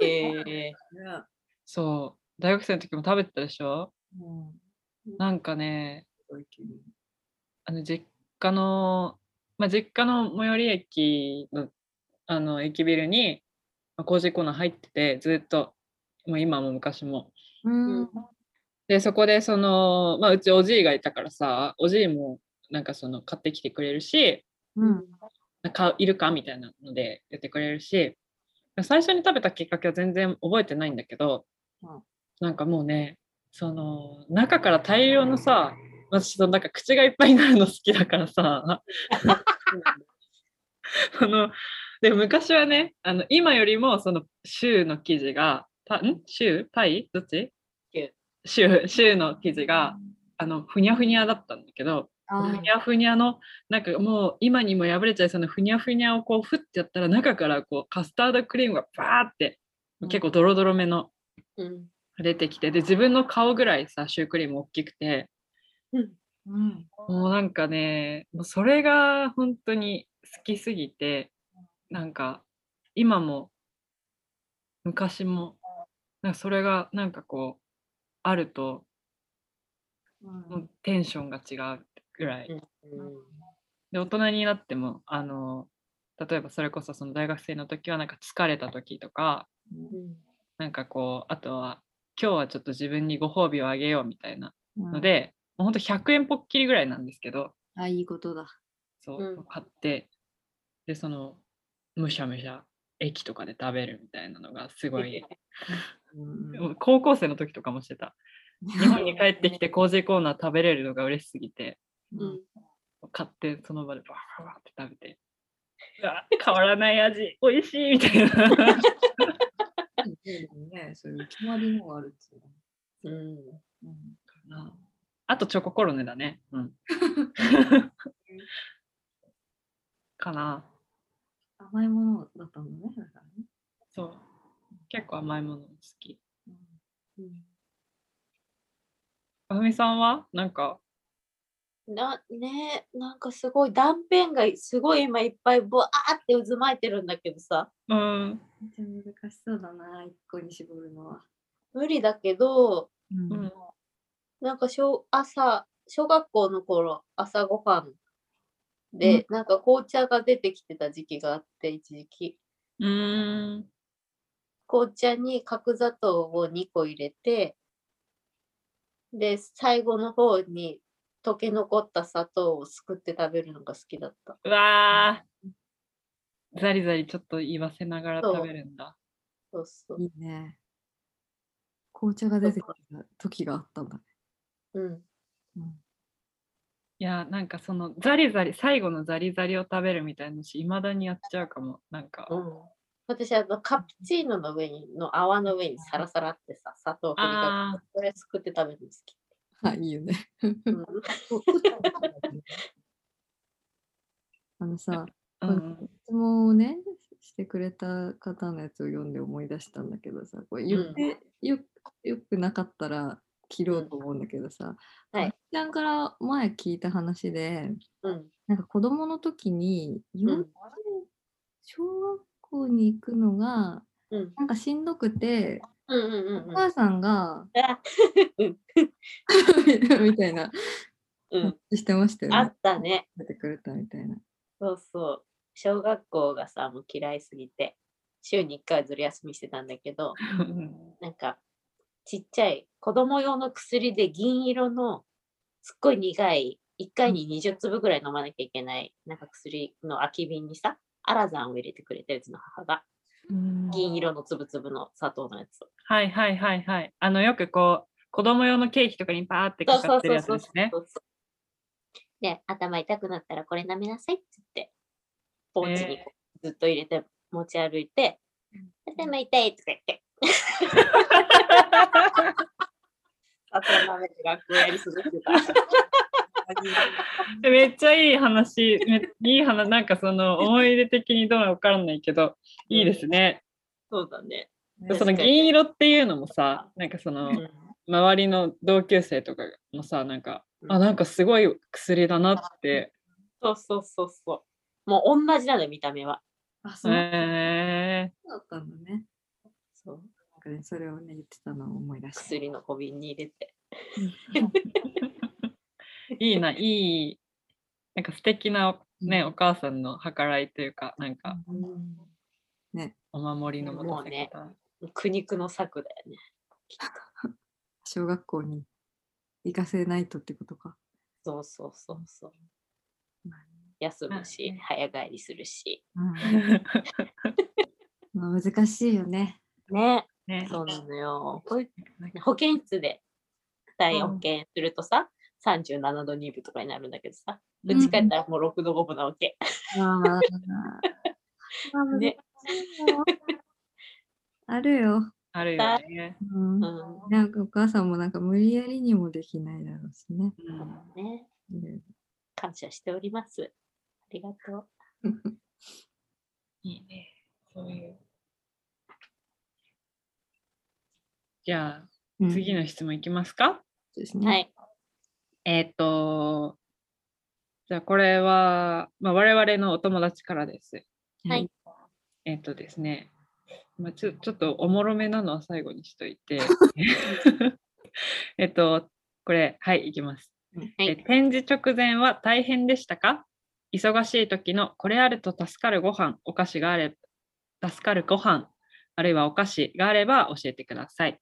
そう。大学生の時も食べてたでしょ？なんかね、実家の最寄り駅の駅ビルにコージーコーナー入ってて、ずっともう今も昔も。でそこでうちおじいがいたからさ、おじいもなんか買ってきてくれるし、いるかみたいなので言ってくれるし、最初に食べたきっかけは全然覚えてないんだけど、なんかもうね、中から大量のさ、私なんか口がいっぱいになるの好きだからさで昔はね、今よりもシューの生地がシューパイどっちシューの生地がふにゃふにゃだったんだけど、ふにゃふにゃのなんかもう今にも破れちゃいそうなふにゃふにゃをこうふってやったら中からこうカスタードクリームがバーって結構ドロドロめの出てきて、で自分の顔ぐらいさシュークリーム大きくて、もうなんかね、もうそれが本当に好きすぎて、なんか今も昔もなんかそれがなんかこうあると、もうテンションが違うぐらい。で大人になっても例えばそれこそ大学生の時はなんか疲れた時とか、なんかこうあとは今日はちょっと自分にご褒美をあげようみたいなので、もうほんと100円ぽっきりぐらいなんですけど、 いいことだ。 そう、買ってでむしゃむしゃ駅とかで食べるみたいなのがすごい高校生の時とかもしてた。日本に帰ってきてコージーコーナー食べれるのが嬉しすぎて、買ってその場でバーバーって食べて、変わらない味美味しいみたいなそういう決まりのがあるってあとチョココロネだね。かな。 甘いものだったのね。だからね。 そう。結構甘いもの好き。あふみさんはなんかなんかすごい断片がすごい今いっぱいブワーって渦巻いてるんだけどさ。 めっちゃ難しそうだな、一個に絞るのは。 無理だけど、なんか小学校の頃朝ごはんで、なんか紅茶が出てきてた時期があって、一時期。紅茶に角砂糖を2個入れて、で最後の方に溶け残った砂糖をすくって食べるのが好きだった。 うわー、ザリザリちょっと言わせながら食べるんだ。 そうそう。 いいね。紅茶が出てきた時があったんだね。 いや、なんかザリザリ、最後のザリザリを食べるみたいなし、いまだにやっちゃうかも。なんか。 私カプチーノの上の泡の上にサラサラってさ、砂糖を振りかけて、それすくって食べるの好き。 いいよね。さ、質問をね、してくれた方のやつを読んで思い出したんだけどさ、これ言ってよくなかったら切ろうと思うんだけどさ、あっちゃんから前聞いた話で、なんか子供の時に小学校に行くのがなんかしんどくて、お母さんがみたいな話してましたよね。 あったね。 出てくれたみたいな。 そうそう。小学校がさ、もう嫌いすぎて、週に1回ずる休みしてたんだけど、なんか、 ちっちゃい子供用の薬で銀色のすっごい苦い1回に20粒ぐらい飲まなきゃいけないなんか薬の空き瓶にさアラザンを入れてくれたうちの母が銀色のつぶつぶの砂糖のやつ。 はいはいはいはい。よくこう子供用のケーキとかにパーってかかってるやつですね。 で、頭痛くなったらこれ舐めなさいって言って、ポーチにずっと入れて持ち歩いて、頭痛いとか言って。あと舐めて学校やり過ごしてた。 めっちゃいい話、いい話、なんかその思い出的にどうなのかわからないけど、いいですね。 そうだね。 その銀色っていうのもさ、なんかその、周りの同級生とかもさ、なんか、なんかすごい薬だなって。 そうそうそうそう。もう同じなの、見た目は。 そうだったんだね。 そう。 なんかね、それをね、言ってたのを思い出して。 薬の小瓶に入れて。 いいな、いい、なんか素敵なね、お母さんの計らいというか、なんか、 ね、 お守りの持たせ方。 もうね、苦肉の策だよね。 小学校に行かせないとってことか。 そうそうそうそう。休むし、早帰りするし。 まあ難しいよね。 ね。そうなのよ。保健室で体温計するとさ、37度2分とかになるんだけどさ、うち帰ったらもう6度5分なわけ。 ね。あるよ。 あるよね。 なんかお母さんもなんか無理やりにもできないだろうしね。 感謝しております。ありがとう。 いいね。そういう。じゃあ、次の質問いきますか？ はい。 じゃあこれは、我々のお友達からです。 はい。 ですね、ちょっとおもろめなのは最後にしといて、これ、はい、いきます。展示直前は大変でしたか？忙しい時のこれあると助かるご飯、お菓子があれば、助かるご飯、あるいはお菓子があれば教えてください。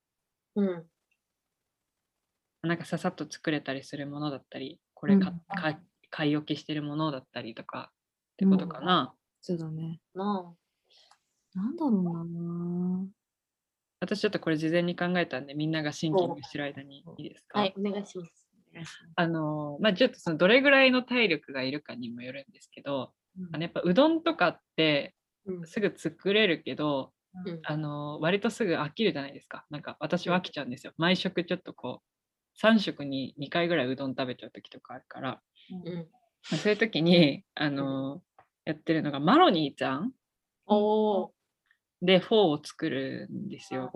なんかささっと作れたりするものだったり、これ買い置きしてるものだったりとかってことかな。 そうだね。なんだろうな。 私ちょっとこれ事前に考えたんで、みんながシンキングしてる間にいいですか？ はい、お願いします。 ちょっとそのどれぐらいの体力がいるかにもよるんですけど、やっぱうどんとかってすぐ作れるけど、割とすぐ飽きるじゃないですか。なんか私は飽きちゃうんですよ。毎食ちょっとこう3食に2回ぐらいうどん食べちゃう時とかあるから、そういう時にやってるのがマロニーちゃんでフォーを作るんですよ。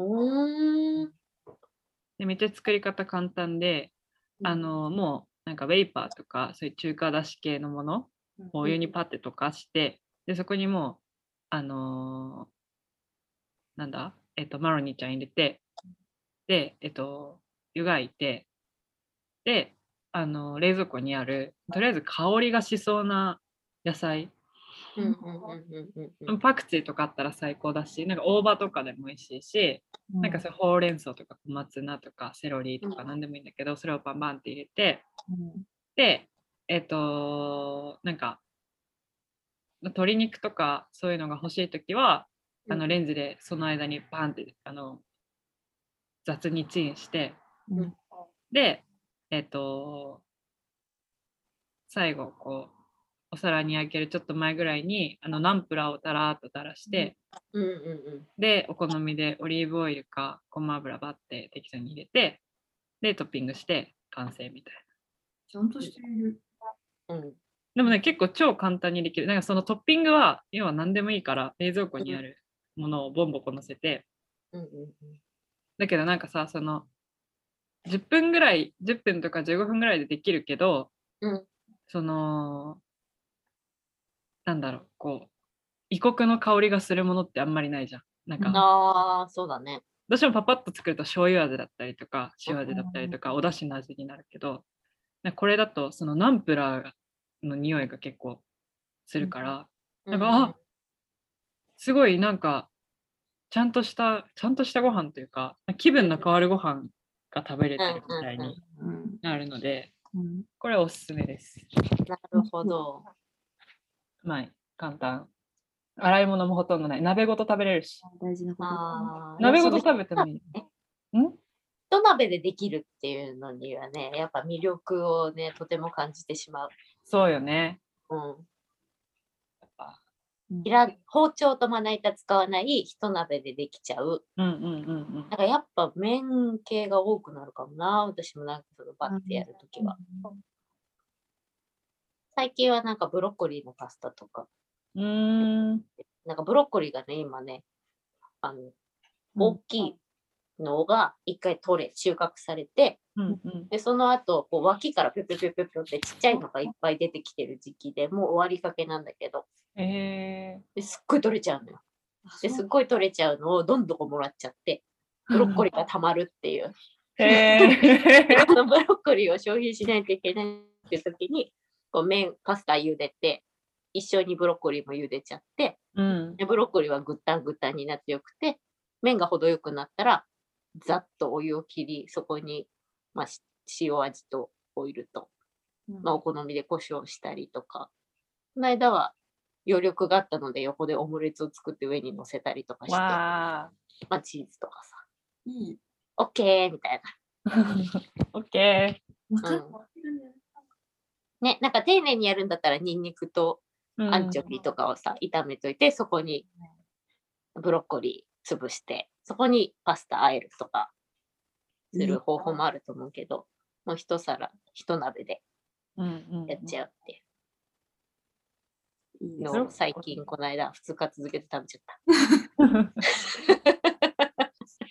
でめっちゃ作り方簡単で、もうなんかウェイパーとかそういう中華だし系のものをお湯にパッて溶かして、でそこにもうなんだマロニーちゃん入れて、で湯がいて、で冷蔵庫にあるとりあえず香りがしそうな野菜、パクチーとかあったら最高だし、なんか大葉とかでも美味しいし、なんかそれほうれん草とか小松菜とかセロリとか何でもいいんだけど、それをバンバンって入れて、でなんか鶏肉とかそういうのが欲しいときはレンジでその間にパンって雑にチンして、で最後こうお皿にあげるちょっと前ぐらいにナンプラーをたらーっと垂らして、でお好みでオリーブオイルかごま油バッて適当に入れて、でトッピングして完成みたいな。 ちゃんとしている。 でもね、結構超簡単にできる。なんかそのトッピングは要は何でもいいから冷蔵庫にあるものをボンボコ乗せて、だけどなんかさ、その10分ぐらい、10分とか15分ぐらいでできるけど、そのなんだろう、こう異国の香りがするものってあんまりないじゃん。なんかそうだね。 どうしてもパパッと作ると醤油味だったりとか塩味だったりとかお出汁の味になるけど、これだとそのナンプラーの匂いが結構するから、なんかすごいなんかちゃんとしたご飯というか、気分の変わるご飯が食べれてるみたいになるので、これおすすめです。 なるほど。 簡単。洗い物もほとんどない。鍋ごと食べれるし。 大事なこと。 鍋ごと食べてもいい。 一鍋でできるっていうのにはね、やっぱ魅力をね、とても感じてしまう。 そうよね。 包丁とまな板使わない一鍋でできちゃう。なんかやっぱ麺系が多くなるかもな。私もなんかそのバッてやるときは。最近はなんかブロッコリーのパスタとか。なんかブロッコリーがね、今ね、大きいのが一回収穫されて、でその後こう脇からピョピョピョピョピョってちっちゃいのがいっぱい出てきてる時期でもう終わりかけなんだけど、ですっごい取れちゃうのよ。ですっごい取れちゃうのをどんどんもらっちゃってブロッコリーがたまるっていう。このブロッコリーを消費しないといけないっていう時にこうパスタ茹でて一緒にブロッコリーも茹でちゃって、でブロッコリーはぐったんぐったんになってよくて、麺が程よくなったらざっとお湯を切り、そこに、塩味とオイルと、お好みで胡椒したりとか、この間は余力があったので横でオムレツを作って上に乗せたりとかして、チーズとかさ、オッケーみたいな。 オッケー。ね、なんか丁寧にやるんだったらニンニクとアンチョビとかをさ、炒めといて、そこにブロッコリー潰して、そこにパスタ和えるとかする方法もあると思うけど、もう一鍋でやっちゃうっていうのを最近この間2日続けて食べちゃった。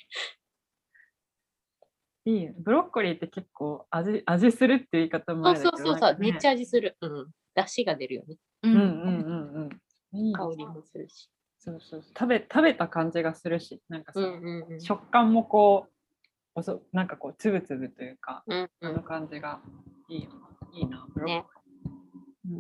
いい。ブロッコリーって結構味するっていう言い方もあるけど、 そう、めっちゃ味する。出汁が出るよね。香りもするし。 そう食べた感じがするし、なんかさ、食感もこうなんかこうつぶつぶというか、その感じがいいな。ブロッコリ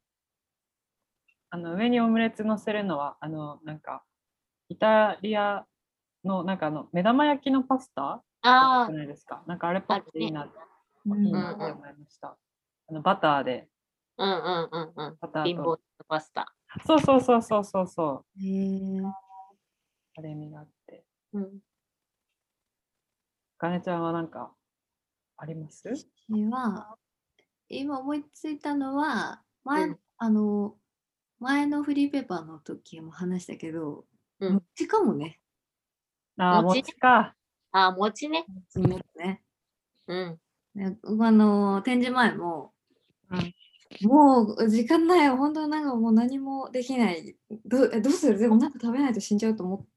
ー。上にオムレツ乗せるのはなんかイタリアのなんか目玉焼きのパスタじゃないですか。なんかあれっぽくていいなって思いました。バターで。 貧乏パスタ。 そう。あれ味があって。かねちゃんは何かあります？ 今思いついたのは前のフリーペーパーの時も話したけど、餅かもね。 餅か。 餅ね。 展示前も、もう時間ないよ、本当なんかもう何もできない。どうする？でもなんか食べないと死んじゃうと思って、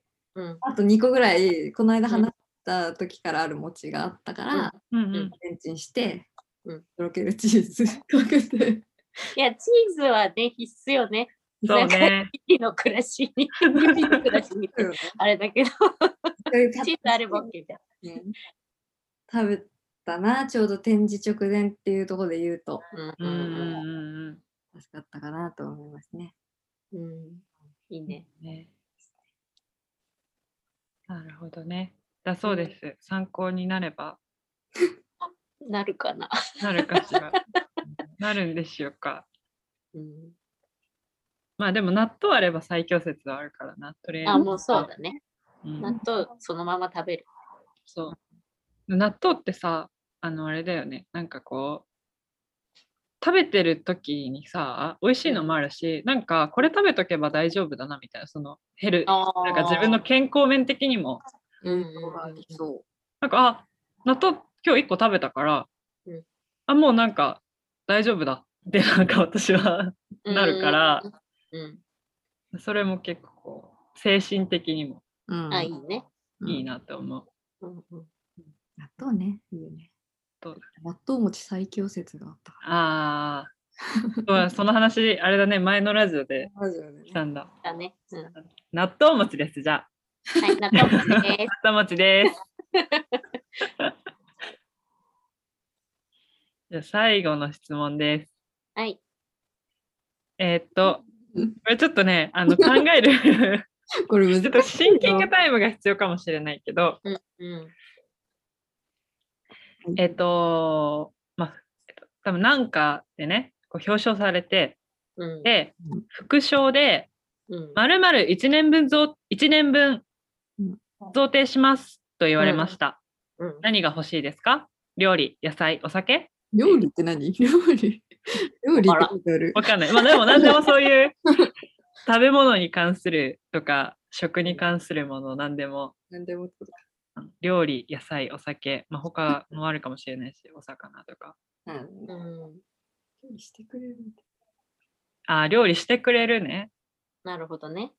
あと2個ぐらいこの間話した時からある餅があったから、レンチンして、とろけるチーズかけて。 いや、チーズはね、必須よね。 そうね。 日々の暮らしにあれだけど、チーズあれば OK じゃん。 食べたな、ちょうど展示直前っていうところで言うと。助かったかなと思いますね。 いいね。 なるほどね。だそうです。参考になれば。 なるかな。 なるかしら。なるんでしょうか。でも納豆あれば最強説はあるからな。とりあえず。 もうそうだね。納豆そのまま食べる。 そう。納豆ってさ、あれだよね。なんかこう、食べてる時にさ、美味しいのもあるし、なんかこれ食べとけば大丈夫だなみたいな、なんか自分の健康面的にも。なんか、納豆今日1個食べたから、もうなんか大丈夫だってなんか私はなるから、それも結構精神的にもいいね。 いいなって思う。 納豆ね、いいよね。納豆餅最強説があったから。その話、あれだね、前のラジオでしたんだ。納豆餅です、じゃあ。 はい、納豆餅です。 納豆餅です。じゃあ最後の質問です。 はい。 これちょっとね、考えるこれ難しいちょっとシンキングタイムが必要かもしれないけど、 うんうんまあ、多分なんかでね、こう表彰されて、 うんで、副賞で、 うんまるまる1年分1年分贈呈しますと言われました。 うん何が欲しいですか？料理、野菜、お酒？ 料理って何？料理ってことある？ わかんない。まあでも何でもそういう食べ物に関するとか、食に関するもの、何でも。 何でもってことか。 料理、野菜、お酒、まあ、他もあるかもしれないし、お魚とか。 うん。 うん料理してくれるんだ。 あ、料理してくれるね。 なるほどね。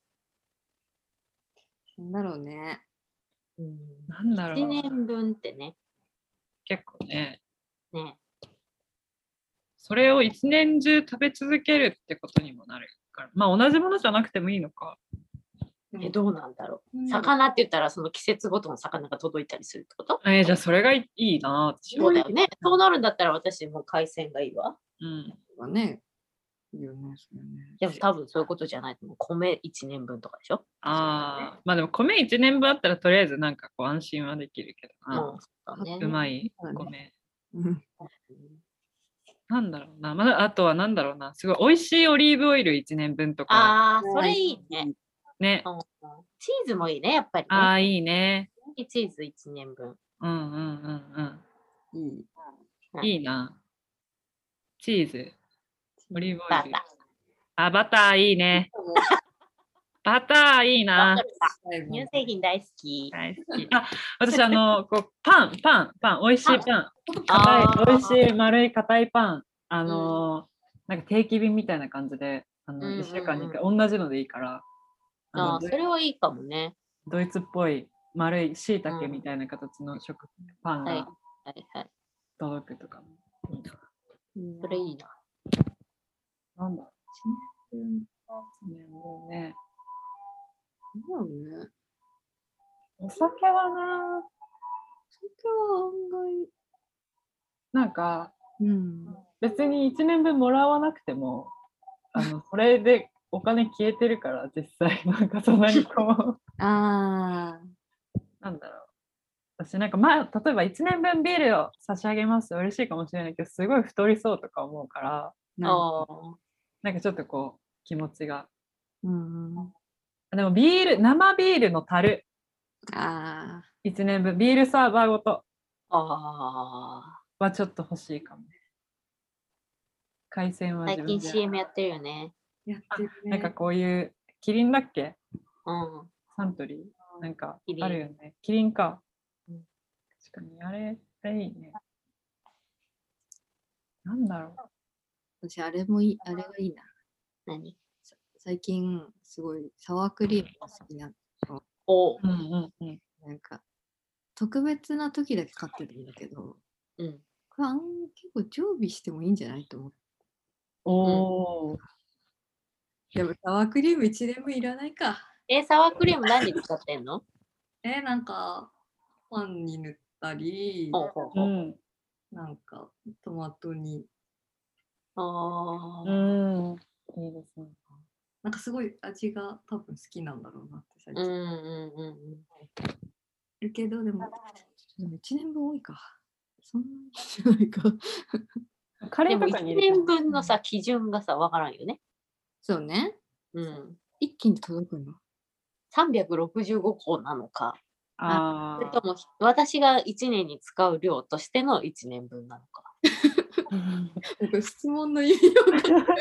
なんだろうね。 なんだろうな。 1年分ってね。 結構ね。 ね。 それを一年中食べ続けるってことにもなるから。まあ同じものじゃなくてもいいのか。 どうなんだろう。 うん魚って言ったらその季節ごとの魚が届いたりするってこと？ じゃあそれがいいな。 そうだよね。そうなるんだったら私もう海鮮がいいわ。 うん。 はね。いいよね、それね。 でも多分そういうことじゃないと思う。米1年分とかでしょ？ ああ、まあでも米1年分あったらとりあえずなんかこう安心はできるけどな。 そうだね。 うまい米。 うん。 なんだろうな。まだあとはなんだろうな。すごい美味しいオリーブオイル1年分とか。 ああ、それいいね。 ね。 うんチーズもいいね、やっぱりね。 ああ、いいね。 チーズ1年分。 うんうんうんいい。 うん。いいな。チーズ。オリーブオイル。 バタあ、バターいいね。バターいいな。 乳製品大好き。 大好き。あ、私こうパン、美味しいパン。 あー美味しい丸い硬いパン。なんか定期便みたいな感じで、1週間に1回同じのでいいから。 ああ、それはいいかもね。 ドイツっぽい丸い椎茸みたいな形のパンはいがはいはい。 届くとかもいいな。 それいいな。 なんだろう。ね。 なんだろうね。 お酒はな。 酒は案外。 なんか、 うん。 別に1年分もらわなくても、それでお金消えてるから、実際、なんかそんなにこう、 ああ。 なんだろう。私なんか例えば1年分ビールを差し上げます嬉しいかもしれないけど、すごい太りそうとか思うから、 ああ。 なんかちょっとこう、気持ちが。 うん。 でも生ビールの樽、 ああ。 1年分、ビールサーバーごとあはちょっと欲しいかもね。海鮮はあ。最近自分で。 CM やってるよね。 やってるね。 なんかこういう、キリンだっけ？ うん。 サントリーなんかキリンあるよね。キリンか。 うん確かに、あれいいね。なんだろう。 私、あれもいい、あれがいいな。 何？ 最近、すごい、サワークリームが好きなの。 おう。 うんうんうん。 なんか、特別な時だけ買ってるんだけど、 うん。 これ結構常備してもいいんじゃないと思って。 おー。 でも、サワークリーム1年分いらないか。 サワークリーム何使ってんの？ なんか、パンに塗ったり、 ほうほううほう。 ん。 なんか、トマトに、 ああ。 うん。いいですね。 なんかすごい味が多分好きなんだろうなって最近。 うんうんうんるけど、でも1年分多いか。そんなにじゃないか。 カレでも1 ーとかに入れて年分のさ、基準がさ、わからんよね。 そうね。 うん。 一気に届くの。 365個なのか。それあとも私が1年に使う量としての1年分なのか。 僕質問の意味を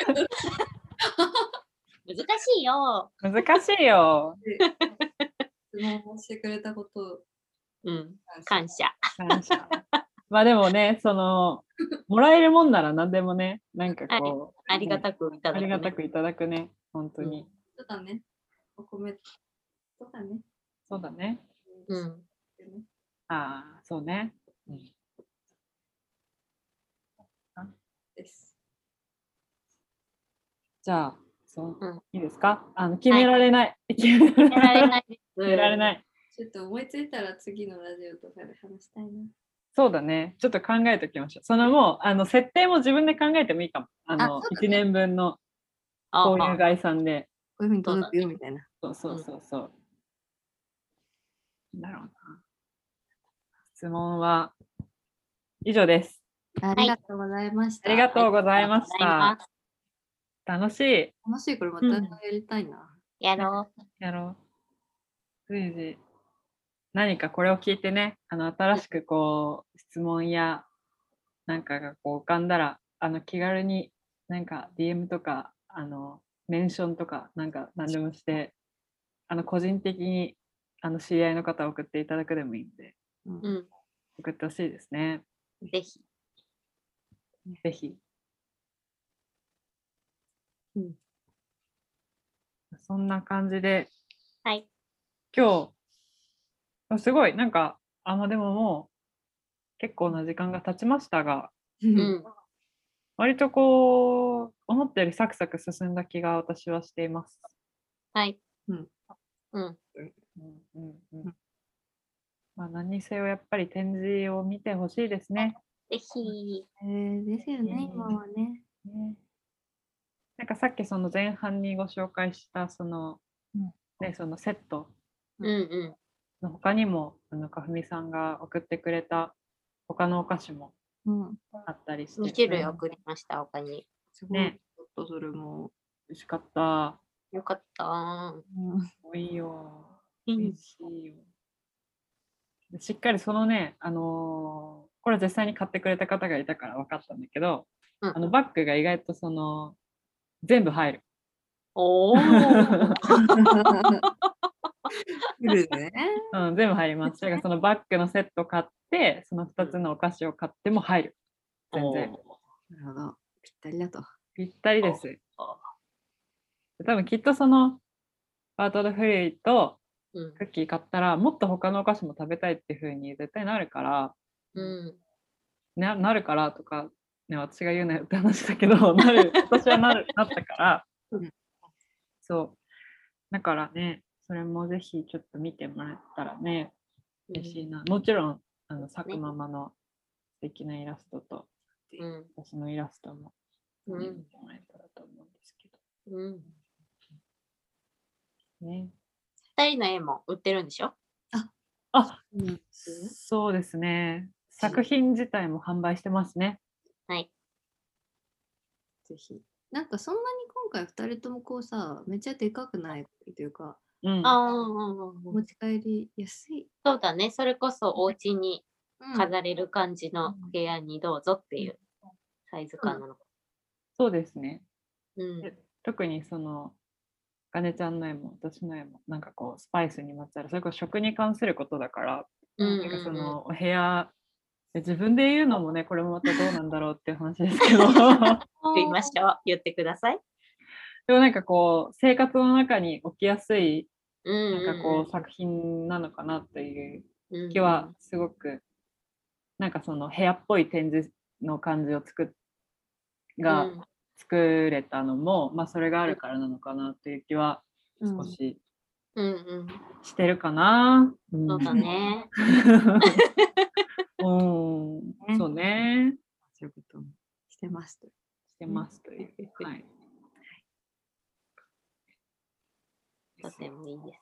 難しいよ。 難しいよ。 質問をしてくれたことをうん。感謝。 感謝。まあでもね、もらえるもんなら何でもね、なんかこう、 ありがたくいただく、ね。 ありがたくいただくね、本当に。 そうだね。お米とかね。 そうだね。 うん。 ああ、そうね。 です。 じゃあ、いいですか？ 決められない。決められないです。 決められない。 ちょっと思いついたら次のラジオとかで話したいな。 そうだね。ちょっと考えておきましょう。もう、設定も自分で考えてもいいかも。1年分のこういう概算で、 ういうふうに届くよみたいな。 そうそうそうそう。なんだろうな。質問は以上です。 ありがとうございました。 ありがとうございましありがとうた。 ございます。 楽しい。 楽しい、これまたやりたいな。 やろう。 やろう。随時何かこれを聞いてね、新しくこう質問やなんかがこう浮かんだら、気軽になんか DM とかメンションとかなんか何でもして、個人的に知り合いの方を送っていただくでもいいんで、 うん。 送ってほしいですね。 ぜひ。 ぜひ。 うん。 そんな感じで、 はい。 今日、すごい、なんか、でももう結構な時間が経ちましたが、 うん。 割とこう、思ったよりサクサク進んだ気が私はしています。 はい。 うん。 うん。 まあ、何にせよやっぱり展示を見てほしいですね。 ぜひ。 ですよね、今はね。 なんかさっきその前半にご紹介したその、そのセットうんの他にもかふみさんが送ってくれた他のお菓子もあったりし 2 て、 種類送りました、他に。 すごい、 ね、 ちょっとそれも。 美味しかった。 よかった。 おいよ。 うん美味しいよ。しっかりそのね、これ実際に買ってくれた方がいたから分かったんだけど、 うんバッグが意外とその全部入る。 おお。 ね。 うん、全部入ります。それがそのバッグのセット買って、その2つのお菓子を買っても入る。全然。 なるほど。ぴったりだと。 ぴったりです。多分きっとそのバートルフリーとクッキー買ったら、もっと他のお菓子も食べたいっていう風に絶対なるから、なるからとか、ね、私が言うなよって話だけど、私はなったから、そう。だからね、それもぜひちょっと見てもらったらね、嬉しいな。もちろん、佐久ママの素敵なイラストと、私のイラストも見てもらえたらと思うんですけど。ね。 2人の絵も売ってるんでしょ？ そうですね。作品自体も販売してますね。 はい。 ぜひ。なんかそんなに今回2人ともこうさ、めっちゃでかくないというか、持ち帰りやすい。 そうだね。それこそお家に飾れる感じの部屋にどうぞっていうサイズ感なのか。 そうですね。特にそのかねちゃんの絵も私の絵もなんかこうスパイスにまつわる、それこそ食に関することだから、なんかそのお部屋自分で言うのもね、これもまたどうなんだろうっていう話ですけど言いましょう。言ってください。 でもなんかこう生活の中に起きやすいなんかこう作品なのかなっていう気はすごく、なんかその部屋っぽい展示の感じを作れたのも、まあそれがあるからなのかなっていう気は少ししてるかな。 そうだね。 そうね。 そういうこともしてますと。 してますという。はい。 とてもいいです。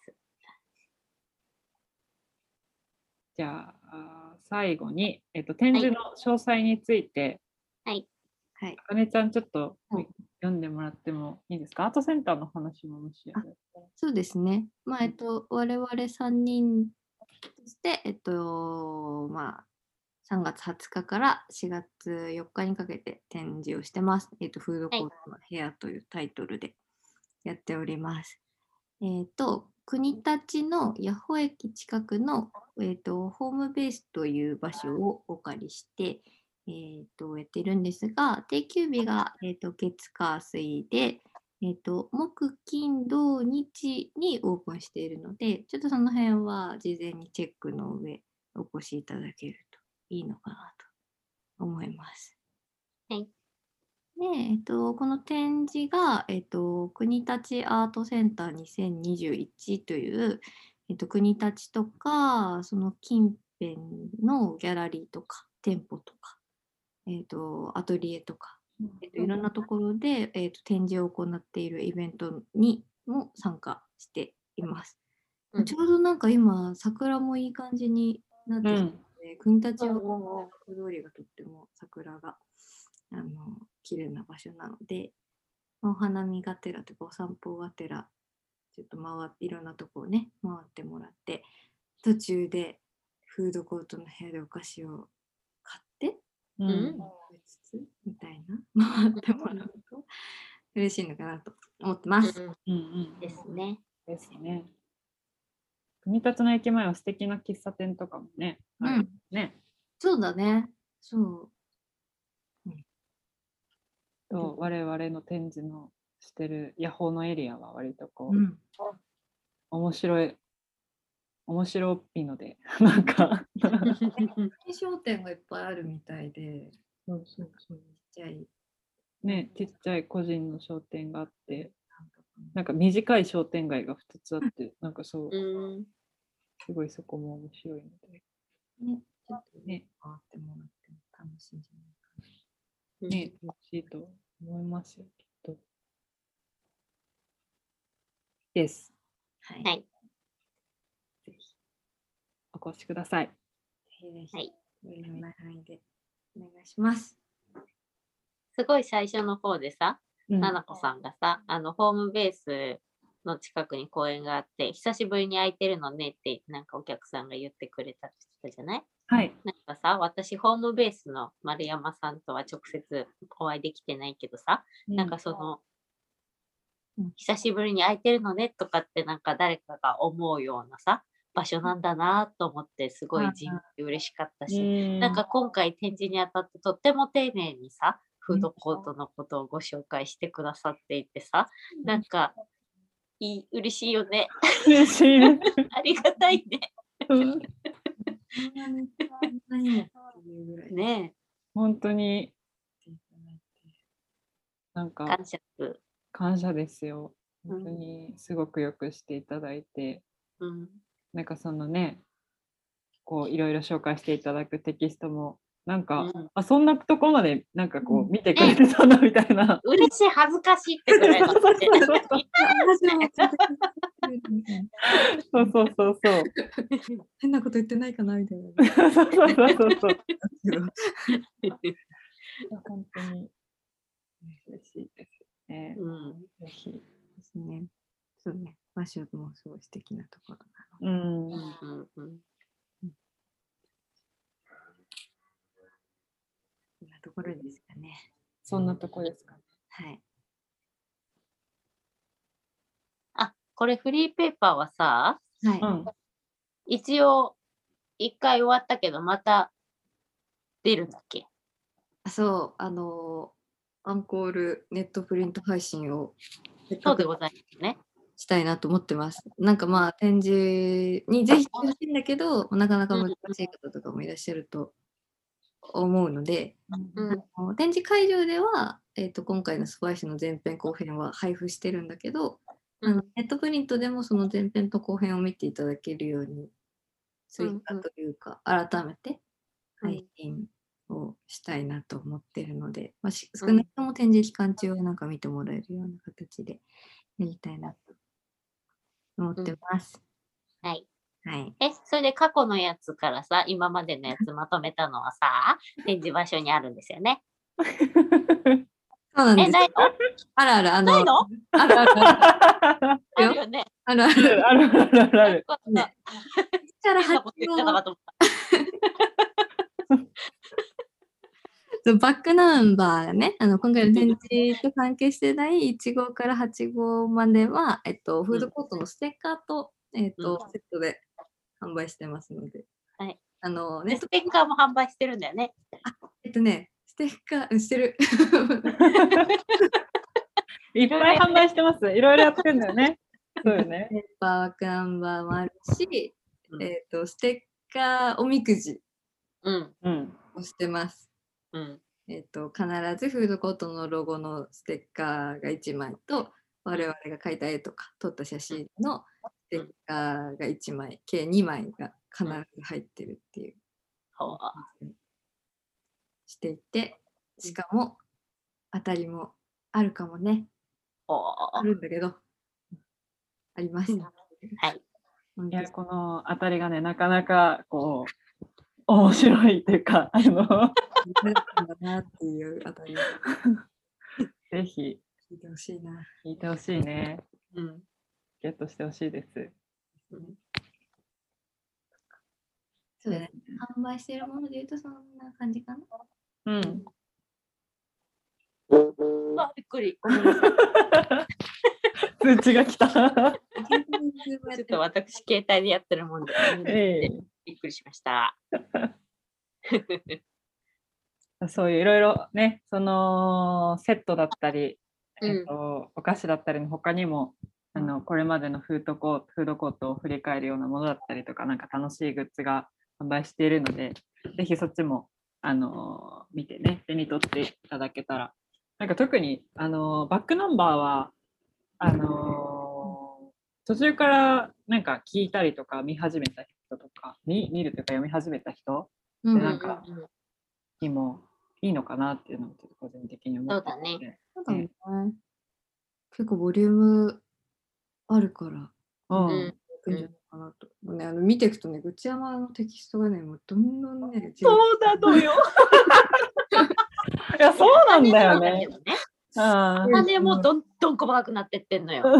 じゃあ最後に、展示の詳細について、 はい。 あかねちゃんちょっと読んでもらってもいいですか？アートセンターの話ももしあれば。 そうですね。まあ、我々3人として、まあ、3月20日から4月4日にかけて展示をしてます。フードコートの部屋というタイトルでやっております。国立の八穂駅近くの、ホームベースという場所をお借りして、やっているんですが、定休日が、月火水で、木金土日にオープンしているので、ちょっとその辺は事前にチェックの上お越しいただけるといいのかなと思います。 はい。 で、この展示が、国立アートセンター2021という、国立とか、その近辺のギャラリーとか、店舗とか、アトリエとか、いろんなところで、展示を行っているイベントにも参加しています。 うんちょうどなんか今、桜もいい感じになってきて、国立は通りがとっても桜が綺麗な場所なので、お花見がてらとかお散歩がてら、ちょっといろんなとこをね、回ってもらって、途中でフードコートの部屋でお菓子を買って、 うん食べつつみたいな、回ってもらうと嬉しいのかなと思ってます。 ですね。 ですね。国立の駅前は素敵な喫茶店とかもね。ね。 そうだね。そう。 我々の展示のしてるヤホーのエリアは割とこう、面白いので、なんか商店がいっぱいあるみたいで、ちっちゃい。 ね、ちっちゃい個人の商店があって、なんか短い商店街が2つあって、なんかそう、すごいそこも面白いので。 ね、ちょっとね、回ってもらっても楽しいんじゃないかな。 ね、楽しいと思いますよ、きっと。です。 はい。 ぜひ、お越しください。 はい。 無理のない範囲でお願いします。 すごい最初の方でさ、ななこさんがさ、ホームベースの近くに公園があって、久しぶりに空いてるのねって、なんかお客さんが言ってくれたじゃない？ はい。 なんかさ、私、ホームベースの丸山さんとは直接お会いできてないけどさ、なんかその、久しぶりに空いてるのねとかってなんか誰かが思うようなさ、場所なんだなと思ってすごい嬉しかったし、なんか今回展示にあたってとっても丁寧にさ、フードコートのことをご紹介してくださっていてさ、なんか嬉しいよね。 嬉しいね。 ありがたいね。ねえ。 本当になんか感謝ですよ。本当にすごくよくしていただいて、なんかそのね、こういろいろ紹介していただくテキストもなんか、そんなとこまでなんかこう見てくれてたんだみたいな。 嬉しい、恥ずかしいってくらいの。 そう。 変なこと言ってないかなみたいな。 そう。本当に嬉しいですね。ぜひですね。そうね。場所もすごい素敵なところなの。 そんなところですかね。 そんなところですかね。 はい。 あ、これフリーペーパーはさ、一応一回終わったけどまた出るんだっけ？ そう、アンコールネットプリント配信をそうでございますね。 したいなと思ってます。なんかまあ展示にぜひ来てほしいんだけど、なかなか難しい方とかもいらっしゃると思うので、展示会場では、今回のスパイスの前編後編は配布してるんだけど、ネットプリントでもその前編と後編を見ていただけるように追加というか、改めて配信をしたいなと思ってるので、少なくとも展示期間中はなんか見てもらえるような形でやりたいなと思ってます。 はい。 はい。 それで過去のやつからさ、今までのやつまとめたのはさ、展示場所にあるんですよね。 そうなんです。 ないの？ ないの？ ある。 あるよね。 ある。 ね。 からバックナンバーがね、今回の展示と関係してない1号から8号までは、フードコートのステッカーと、セットで販売してますので。 はい。ステッカーも販売してるんだよね。 ステッカー、してる。 いっぱい販売してます。いろいろやってるんだよね。そうよね。 バックナンバーもあるし、ステッカーおみくじをしてます。必ずフードコートのロゴのステッカーが1枚と、我々が描いた絵とか撮った写真のステッカーが1枚、計2枚が必ず入ってるっていう。していて、しかも当たりもあるかもね。あるんだけど、 ありました。 はい。 いや、この当たりがね、なかなかこう、面白いというか、 だなっていうあたり。 ぜひ聞いてほしいな。 聞いてほしいね。 うん。 ゲットしてほしいです。 そうね。販売しているもので言うとそんな感じかな。 うん。 あ、びっくり。ごめんなさい。 通知が来た。 ちょっと私、携帯でやってるもんで、びっくりしました。 そういういろいろね、そのセットだったり、 うんお菓子だったりの他にも、これまでのフードコートを振り返るようなものだったりとか、なんか楽しいグッズが販売しているので、ぜひそっちも見てね、手に取っていただけたら。なんか特にバックナンバーは途中からなんか聞いたりとか見始めた人とか、見るというか読み始めた人でなんかにもいいのかなっていうのをちょっと個人的に思ってて。 そうだね。結構ボリュームあるから、いくんじゃないかなと。ね、見ていくとね、グチヤマのテキストがね、もうどんどんね、 そうだとよ。 いや、そうなんだよね。 お金もどんどん細かくなってってんのよ。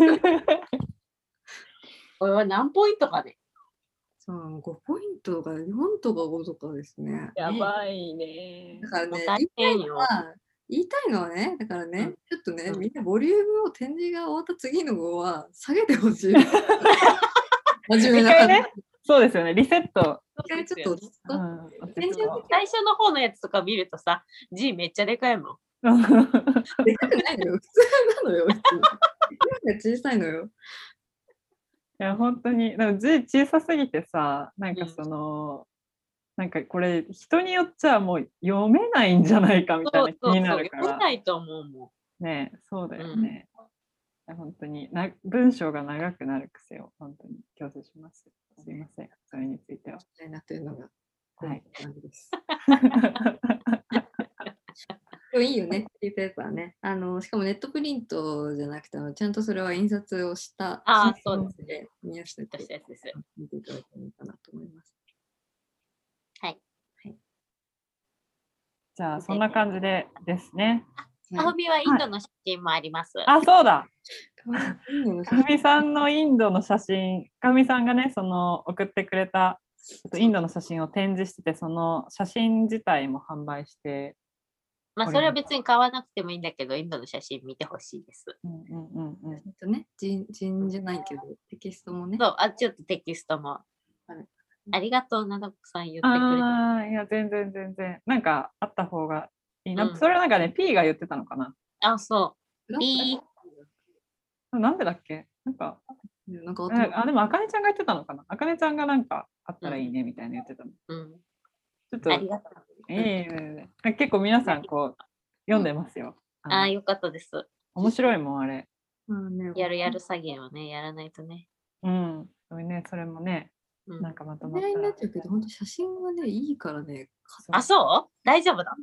これは何ポイントかね。 そう、5ポイントが4とか5とかですね。 やばいね。 だからね、言いたいのはね、だからね、ちょっとね、みんなボリュームを展示が終わった次の号は下げてほしい。真面目な話。 ね、そうですよね、リセット。 一回ちょっと最初の方のやつとか見るとさ、G めっちゃでかいもん。 でかくないのよ。普通なのよ。小さいのよ。 いや、本当に、でも字小さすぎてさ、なんかその、なんかこれ人によっちゃもう読めないんじゃないかみたいな気になるから。 読めないと思うもん。ね、そうだよね。本当に文章が長くなる癖を本当に強制します。すいません、それについては。 なというのが、 はい。 です。でもいいよね、フリーペーパーね。しかもネットプリントじゃなくて、ちゃんとそれは印刷をした。 そうですね。 宮下と見ていただけるのかなと思います。 はい。 じゃあ、そんな感じでですね。 かほみはインドの写真もあります。 あ、そうだ。かほみさんのインドの写真、かほみさんがね、その送ってくれたインドの写真を展示してて、その写真自体も販売して。 まあそれは別に買わなくてもいいんだけど、インドの写真見てほしいです。 ね、人じゃないけど、テキストもね。 そう、ちょっとテキストも。ありがとう、ななこさん言ってくれた。いや、全然。なんかあった方がいいな。それはなんかね、P が言ってたのかな。 あ、そう。P。 なんでだっけ、なんかでもあかねちゃんが言ってたのかな。あかねちゃんがなんかあったらいいねみたいな言ってたの。ちょっとありがとう。結構皆さんこう読んでますよ。 よかったです。 面白いもんあれ。 やる作業をね、やらないとね。 それもね、なんかまとまったら。になっちゃうけど、本当写真はね、いいからね。 あ、そう大丈夫だった？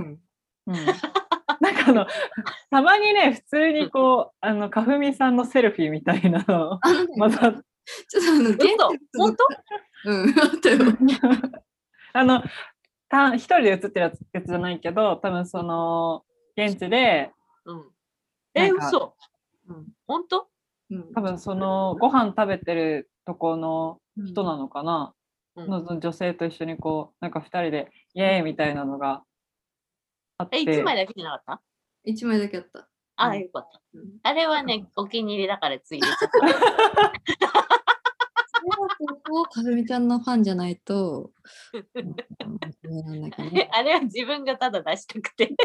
なんかたまにね、普通にこう、かふみさんのセルフィーみたいなのまた。 ちょっと本当？ あったよ。 一人で写ってるやつじゃないけど、多分その現地で。 嘘？本当？ 多分そのご飯食べてるとこの人なのかな。の女性と一緒にこうなんか2人でイエーイみたいなのがあって。 1枚だけじゃなかった？ 1枚だけあった。 あ、よかった。あれはね、お気に入りだからついでちゃった。 かふみちゃんのファンじゃないとあれは自分がただ出したくて。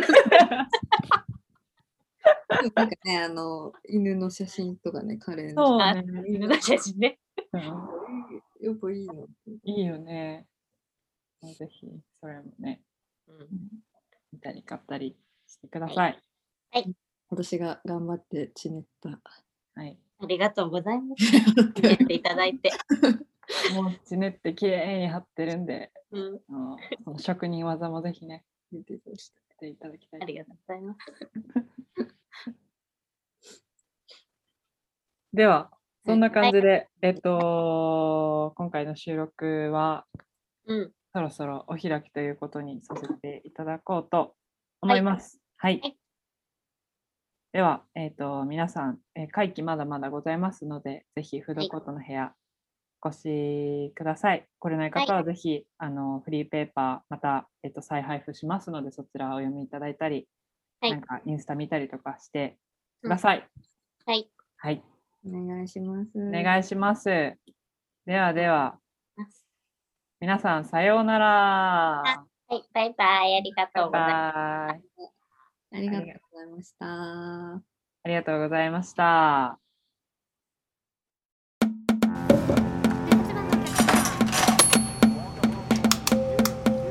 なんかね、犬の写真とかね、カレーの。 犬の写真ね。 よくいいの。 いいよね。ぜひ、それもね、見たり買ったりしてください。 はい。 私が頑張ってちねった。 はい。ありがとうございます。ちねっていただいて。 もうちねって綺麗に貼ってるんで、その職人技もぜひね、見ていただきたい。 ありがとうございます。 では、そんな感じで、今回の収録はうん。 そろそろお開きということにさせていただこうと思います。はい。 はいでは、皆さん、会期まだまだございますので、ぜひフードコートの部屋、お越しください。来れない方はぜひ、フリーペーパー、また、再配布しますので、そちらをお読みいただいたり、 はいなんかインスタ見たりとかしてください。 はい。 はい。 お願いします。 お願いします。ではでは、皆さん、さようなら。 はい。バイバイ。ありがとうございます。 バイバイ。 ありがとうございました。 ありがとうございました。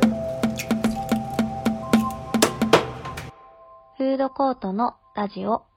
フードコートのラジオ。